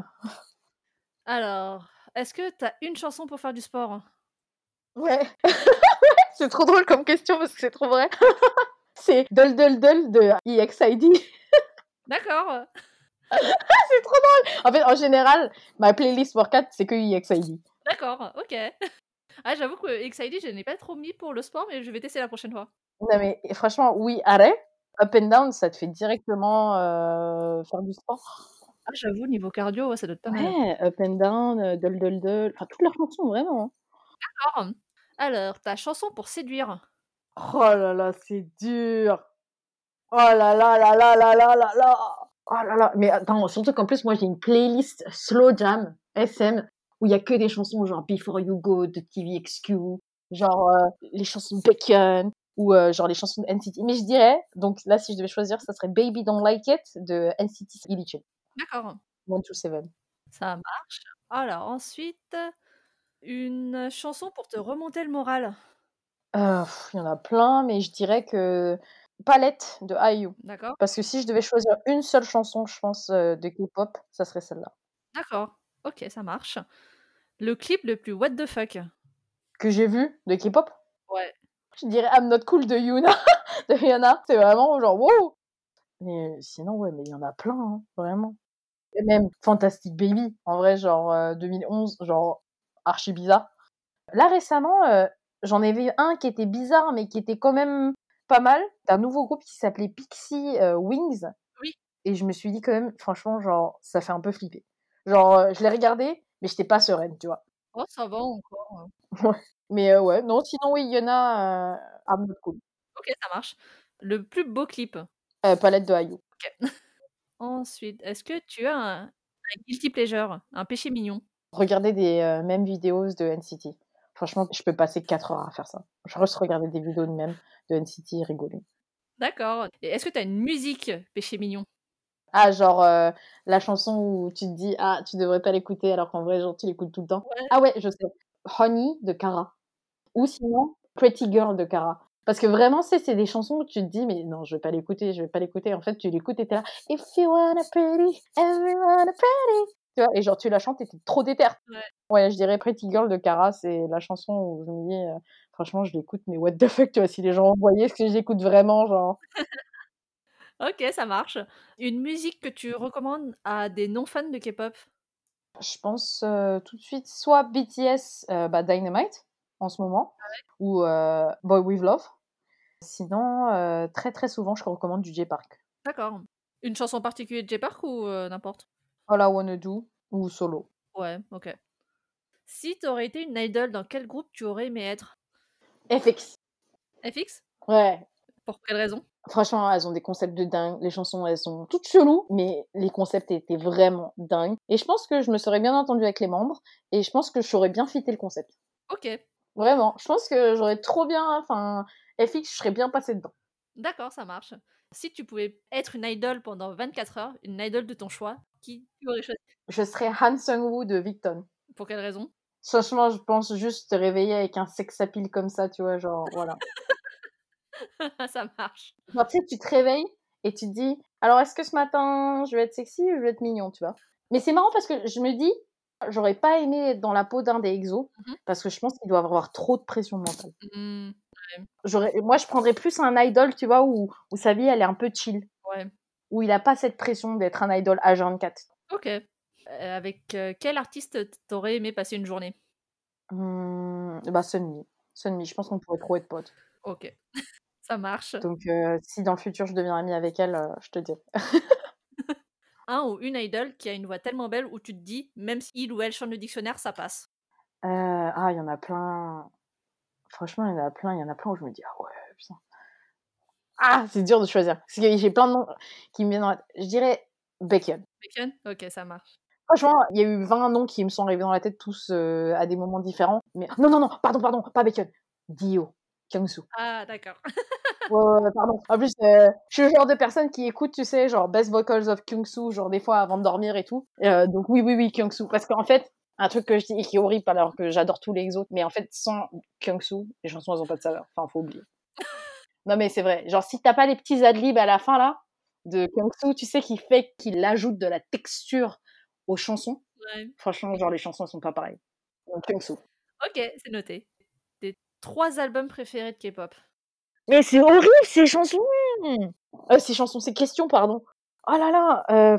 A: Alors, est-ce que t'as une chanson pour faire du sport?
B: Ouais. C'est trop drôle comme question parce que c'est trop vrai. C'est Dol Dol Dol de E X I D.
A: D'accord.
B: C'est trop drôle. En fait, en général, ma playlist workout, c'est que E X I D.
A: D'accord, ok. Ah, j'avoue que X I D, je n'ai pas trop mis pour le sport, mais je vais tester la prochaine fois.
B: Non, mais franchement, oui, arrête. Up and down, ça te fait directement euh, faire du sport.
A: Ah, j'avoue, niveau cardio, ouais, ça doit être pas mal.
B: Ouais, Up and down, euh, Dol Dol Dol. Enfin, toutes leurs chansons, vraiment. hein.
A: D'accord. Alors, ta chanson pour séduire?
B: Oh là là, c'est dur. Oh là là là là là là là là. Oh là là. Mais attends, surtout qu'en plus, moi, j'ai une playlist Slow Jam, S M, où il y a que des chansons genre Before You Go de T V X Q, genre euh, les chansons Bacon, ou euh, genre les chansons de N C T. Mais je dirais, donc là, si je devais choisir, ça serait Baby Don't Like It de N C T Illichin.
A: D'accord.
B: One to Seven.
A: Ça marche. Alors, ensuite, une chanson pour te remonter le moral?
B: Euh, pff, Il y en a plein, mais je dirais que Palette de I U.
A: D'accord.
B: Parce que si je devais choisir une seule chanson, je pense, euh, de K-pop, ça serait celle-là.
A: D'accord. Ok, ça marche. Le clip le plus what the fuck?
B: Que j'ai vu de K-pop,
A: Ouais.
B: je dirais I'm Not Cool de Yoona. de Rihanna, c'est vraiment genre wow! Mais sinon, ouais, mais il y en a plein, hein, vraiment. Et même Fantastic Baby, en vrai, genre, heu, deux mille onze, genre archi bizarre. Là récemment, heu, j'en ai vu un qui était bizarre, mais qui était quand même pas mal. D'un nouveau groupe qui s'appelait Pixie, heu, Wings
A: Oui.
B: et je me suis dit quand même, franchement, genre, ça fait un peu flipper. Genre, heu, je l'ai regardé, mais j'étais pas sereine, tu vois?
A: Oh, ça va encore, heu.
B: Ouais, mais heu, ouais, non, sinon oui, il y en a, heu, à mode cool.
A: OK, ça marche. Le plus beau clip?
B: Heu, Palette de Haillou.
A: OK. Ensuite, est-ce que tu as un un guilty pleasure, un péché mignon?
B: Regarder des, heu, meme videos de N C T. Franchement, je peux passer quatre heures à faire ça. Juste regarder des vidéos de mèmes de N C T et rigoler.
A: D'accord et est-ce que tu as une musique péché mignon?
B: Ah genre, heu, la chanson où tu te dis: «Ah, tu devrais pas l'écouter», alors qu'en vrai, genre, tu l'écoutes tout le temps.
A: Ouais.
B: Ah ouais, je sais. Honey de Kara ou sinon Pretty Girl de Kara. Parce que vraiment, tu sais, c'est des chansons où tu te dis: «Mais non, je vais pas l'écouter, je vais pas l'écouter». En fait, tu l'écoutes et tu es là: «If you wanna pretty, everyone a pretty». Tu vois? Et genre tu la chantes et tu es trop déter.
A: Ouais.
B: Ouais, je dirais Pretty Girl de Kara, c'est la chanson où je me dis, heu: «Franchement, je l'écoute, mais what the fuck», tu vois? Si les gens voyaient ce que j'écoute vraiment, genre.
A: OK, ça marche. Une musique que tu recommandes à des non fans de K-pop?
B: Je pense, heu, tout de suite, soit B T S, heu, bah, Dynamite, en ce moment,
A: Ah ouais?
B: ou heu, Boy With Love. Sinon, heu, très, très souvent, je recommande du Jay Park.
A: D'accord. Une chanson particulière de Jay Park ou heu, n'importe?
B: All I Wanna Do ou Solo.
A: Ouais, OK. Si tu aurais été une idol, dans quel groupe tu aurais aimé être?
B: F X.
A: F X?
B: Ouais,
A: Pour quelle raison?
B: franchement, elles ont des concepts de dingue. Les chansons, elles sont toutes cheloues, mais les concepts étaient vraiment dingues et je pense que je me serais bien entendue avec les membres et je pense que je saurais bien fitter le concept.
A: OK,
B: Vraiment, je pense que j'aurais trop bien enfin, F X, je serais bien passée dedans.
A: d'accord, ça marche. Si tu pouvais être une idol pendant vingt-quatre heures, une idol de ton choix, qui tu aurais choisi?
B: Je serais Han Seung-woo de Victon.
A: Pour quelle raison?
B: Franchement, je pense juste te réveiller avec un sex appeal comme ça, tu vois? Genre, voilà.
A: Ça marche.
B: Genre, tu sais, tu te réveilles et tu te dis: «Alors, est-ce que ce matin, je vais être sexy ou je vais être mignon?» tu vois? Mais c'est marrant parce que je me dis: «J'aurais pas aimé être dans la peau d'un des EXO»
A: Mmh mh.
B: parce que je pense qu'ils doivent avoir trop de pression mentale.
A: Mmh, ouais,
B: J'aurais moi, je prendrais plus un idol, tu vois, où où sa vie, elle est un peu chill,
A: ouais,
B: où il a pas cette pression d'être un idol H vingt-quatre.
A: OK. Heu, avec, heu, quel artiste t tu aurais aimé passer une journée?
B: Mmh, bah, Sunmi. Sunmi, je pense qu'on pourrait trop être potes.
A: OK, ça marche.
B: Donc heu, si dans le futur je deviens amie avec elle, heu, je te dirai.
A: Un ou une idol qui a une voix tellement belle où tu te dis: «Même s'il ou elle chante le dictionnaire, ça passe».
B: Heu, ah, il y en a plein. Franchement, il y en a plein, il y en a plein où je me dis: «Ah ouais, putain». Ah! C'est dur de choisir. Parce que j'ai plein de noms qui me viennent dans la tête. Je dirais Baekhyun.
A: Baekhyun? OK, ça marche.
B: Franchement, il y a eu vingt noms qui me sont arrivés dans la tête tous, heu, à des moments différents. Mais non, non, non, pardon, pardon, pas Baekhyun. Dio, Kyungsoo.
A: Ah d'accord.
B: Ouais, ouais, ouais, pardon. En plus, heu, je suis le genre de personne qui écoute, tu sais, genre Best Vocals of Kyungsoo, genre des fois avant de dormir et tout. Heu, donc oui, oui, oui, Kyungsoo. Parce qu'en fait, un truc que je dis et qui est horrible alors que j'adore tous les autres, mais en fait, sans Kyungsoo, les chansons, elles ont pas de saveur. Enfin, faut oublier. Non, mais c'est vrai. Genre, si tu as pas les petits ad-libs à la fin, là, de Kyungsoo, tu sais, qui fait qu'il ajoute de la texture aux chansons.
A: Ouais.
B: Franchement, genre, les chansons, elles sont pas pareilles. Donc Kyungsoo.
A: OK, c'est noté. Tes trois albums préférés de K-pop?
B: Mais c'est horrible ces chansons! Heu, ces chansons, ces questions, pardon. Oh là là, heu,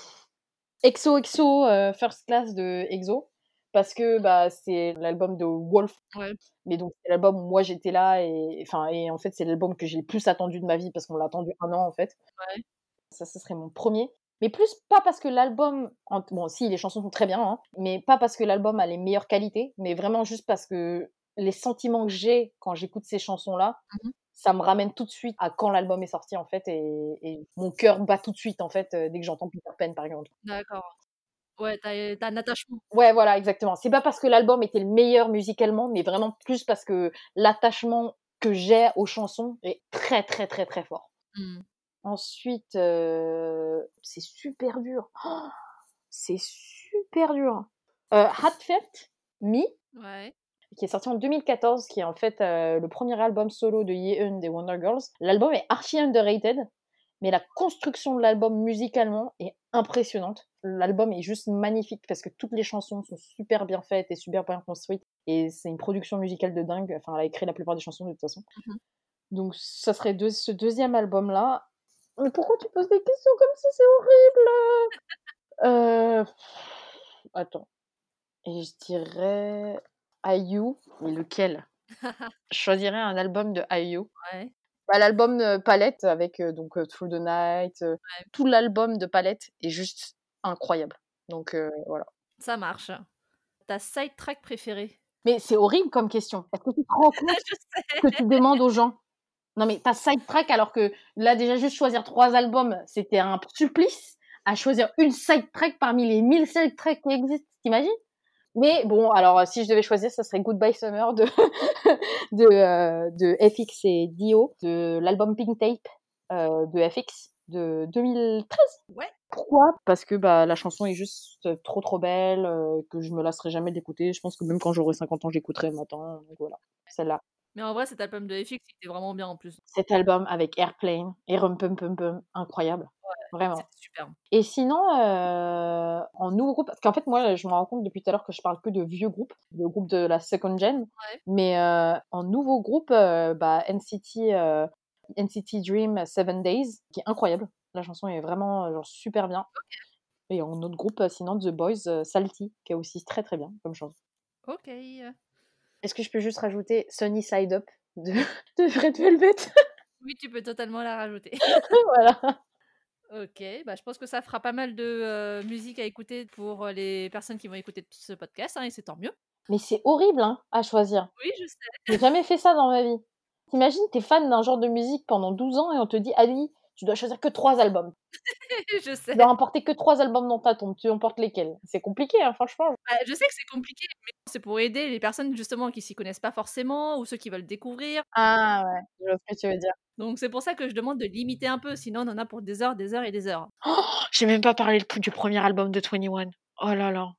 B: X O X O, heu, First Class de EXO parce que, bah, c'est l'album de Wolf.
A: Ouais,
B: Mais donc c'est l'album où moi j'étais là et enfin et en fait, c'est l'album que j'ai le plus attendu de ma vie parce qu'on l'a attendu un an, en fait.
A: ouais.
B: Ça, ce serait mon premier. Mais plus pas parce que l'album ent bon si, les chansons sont très bien, hein, mais pas parce que l'album a les meilleures qualités, mais vraiment juste parce que les sentiments que j'ai quand j'écoute ces chansons-là,
A: Mmh mh.
B: ça me ramène tout de suite à quand l'album est sorti, en fait et et mon cœur bat tout de suite, en fait, heu, dès que j'entends Peter Pan, par exemple.
A: D'accord. Ouais, tu as tu as un attachement.
B: Ouais, voilà, exactement. C'est pas parce que l'album était le meilleur musicalement, mais vraiment plus parce que l'attachement que j'ai aux chansons est très, très, très, très fort.
A: Mmh.
B: Ensuite, heu, c'est super dur. C'est super dur. Heu, Heartfelt Me,
A: Ouais.
B: qui est sorti en deux mille quatorze, qui est en fait, heu, le premier album solo de Yeon des Wonder Girls. L'album est archi underrated, mais la construction de l'album musicalement est impressionnante. L'album est juste magnifique parce que toutes les chansons sont super bien faites et super bien construites et c'est une production musicale de dingue. Enfin, elle a écrit la plupart des chansons de toute façon.
A: Mmh mh.
B: Donc ça serait de ce deuxième album-là. Mais pourquoi tu poses des questions comme ça? C'est horrible! Heu, attends. Et je dirais I U, mais lequel? Je choisirais un album de I U.
A: Ouais,
B: Bah, l'album, heu, Palette avec, heu, donc heu, Through the Night, heu,
A: ouais,
B: tout l'album de Palette est juste incroyable. Donc heu, voilà.
A: ça marche. Ta side track préférée?
B: Mais c'est horrible comme question. Est-ce que tu te rends compte
A: Je
B: que
A: sais.
B: tu demandes aux gens? Non mais tu as sidetrack alors que là déjà juste choisir trois albums, c'était un supplice. À choisir une sidetrack parmi les mille sidetracks qui existent, tu imagines? Mais bon, alors si je devais choisir, ça serait Goodbye Summer de de, heu, de F X et Dio, de l'album Pink Tape, heu, de F X de deux mille treize.
A: Ouais.
B: Pourquoi? Parce que, bah, la chanson est juste trop, trop belle, heu, que je me lasserai jamais d'écouter. Je pense que même quand j'aurai cinquante ans, j'écouterai le matin, donc voilà, celle-là.
A: Mais en vrai, cet album de F X, il était vraiment bien en plus.
B: Cet album avec Airplane et Rum Pum Pum Pum, incroyable, vraiment.
A: C'était super.
B: Et sinon, heu, en nouveau groupe parce qu'en fait, moi, je me rends compte depuis tout à l'heure que je parle que de vieux groupes, de groupes de la second gen,
A: Ouais.
B: mais heu, en nouveau groupe, heu, bah, N C T, heu, N C T Dream Seven Days, qui est incroyable. La chanson est vraiment, heu, genre super bien. Et en autre groupe, heu, sinon The Boys, heu, Salty, qui est aussi très, très bien comme chanson.
A: OK.
B: Est-ce que je peux juste rajouter Sunny Side Up de de Red Velvet?
A: Oui, tu peux totalement la rajouter.
B: Voilà.
A: OK, bah, je pense que ça fera pas mal de, heu, musique à écouter pour, heu, les personnes qui vont écouter ce podcast, hein, et c'est tant mieux.
B: Mais c'est horrible, hein, à choisir.
A: Oui, je sais,
B: J'ai jamais fait ça dans ma vie. Tu imagines, tu es fan d'un genre de musique pendant douze ans et on te dit: «Allez, tu dois choisir que trois albums.
A: je
B: Tu dois
A: sais.
B: emporter que trois albums dans ta tombe, tu emportes lesquels?» C'est compliqué, hein, franchement.
A: Bah, je sais que c'est compliqué, mais c'est pour aider les personnes justement qui s'y connaissent pas forcément ou ceux qui veulent découvrir.
B: Ah ouais, je vois ce que tu veux dire.
A: Donc c'est pour ça que je demande de limiter un peu, sinon on en a pour des heures, des heures et des heures.
B: Oh, j'ai même pas parlé le du premier album de Twenty One. Oh là là.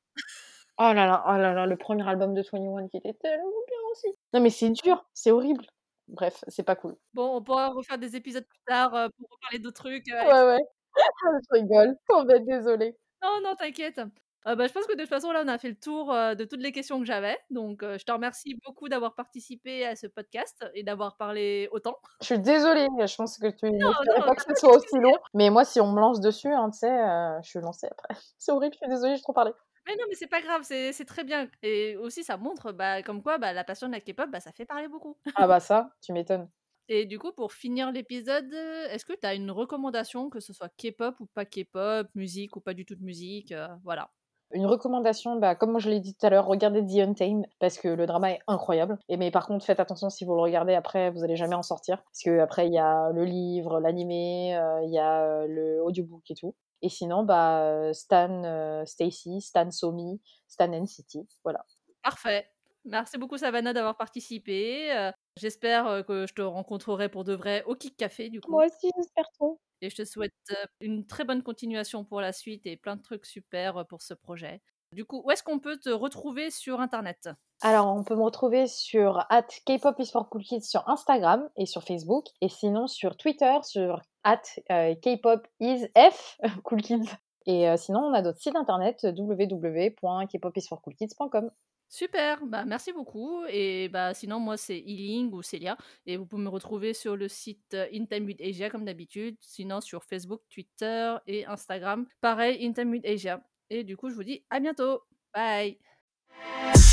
B: Oh là là, oh là là, le premier album de Twenty One qui était tellement bien aussi. Non mais c'est dur, c'est horrible. Bref, c'est pas cool.
A: Bon, on pourra refaire des épisodes plus tard, heu, pour reparler d'autres trucs, heu, avec
B: Ouais, ouais, je rigole. Oh bah désolée.
A: non, non, t'inquiète. Heu, bah, je pense que de toute façon, là, on a fait le tour, heu, de toutes les questions que j'avais. Donc, heu, je te remercie beaucoup d'avoir participé à ce podcast et d'avoir parlé autant.
B: Je suis désolée, je pense que tu
A: Non,
B: n'espérais
A: non,
B: pas
A: tu
B: que
A: as
B: ce
A: pas
B: soit aussi long,
A: d'excuses.
B: mais moi si on me lance dessus, hein, tu sais, heu, je suis lancée après. C'est horrible, je suis désolée, j'ai trop parlé.
A: Mais non, mais c'est pas grave, c'est c'est très bien et aussi ça montre, bah, comme quoi, bah, la passion de la K-pop, bah, ça fait parler beaucoup.
B: Ah bah ça, tu m'étonnes.
A: Et du coup, pour finir l'épisode, heu, est-ce que tu as une recommandation, que ce soit K-pop ou pas K-pop, musique ou pas du tout de musique, heu, voilà?
B: Une recommandation, bah, comme moi je l'ai dit tout à l'heure, regardez The Untamed parce que le drama est incroyable. Et mais par contre, faites attention si vous le regardez après, vous allez jamais en sortir parce qu'après il y a le livre, l'animé, heu, il y a, heu, le audiobook et tout. Et sinon, bah, heu, stan, heu, Stacy, stan Somi, stan N C T, voilà.
A: Parfait. Merci beaucoup Savannah d'avoir participé, heu, j'espère, heu, que je te rencontrerai pour de vrai au Kick Café du coup
B: Moi aussi, j'espère trop.
A: et je te souhaite, heu, une très bonne continuation pour la suite et plein de trucs super, heu, pour ce projet. Du coup, où est-ce qu'on peut te retrouver sur internet?
B: Alors, on peut me retrouver sur at K-pop is for cool kids sur Instagram et sur Facebook, et sinon sur Twitter sur at euh, K-pop is F cool kids. Et euh, sinon, on a d'autres sites internet w w w point k pop is for cool kids point com.
A: Super, bah, merci beaucoup et bah, sinon moi c'est Healing ou Célia et vous pouvez me retrouver sur le site, heu, In Time with Asia comme d'habitude, sinon sur Facebook, Twitter et Instagram, pareil In Time with Asia et du coup je vous dis à bientôt. Bye.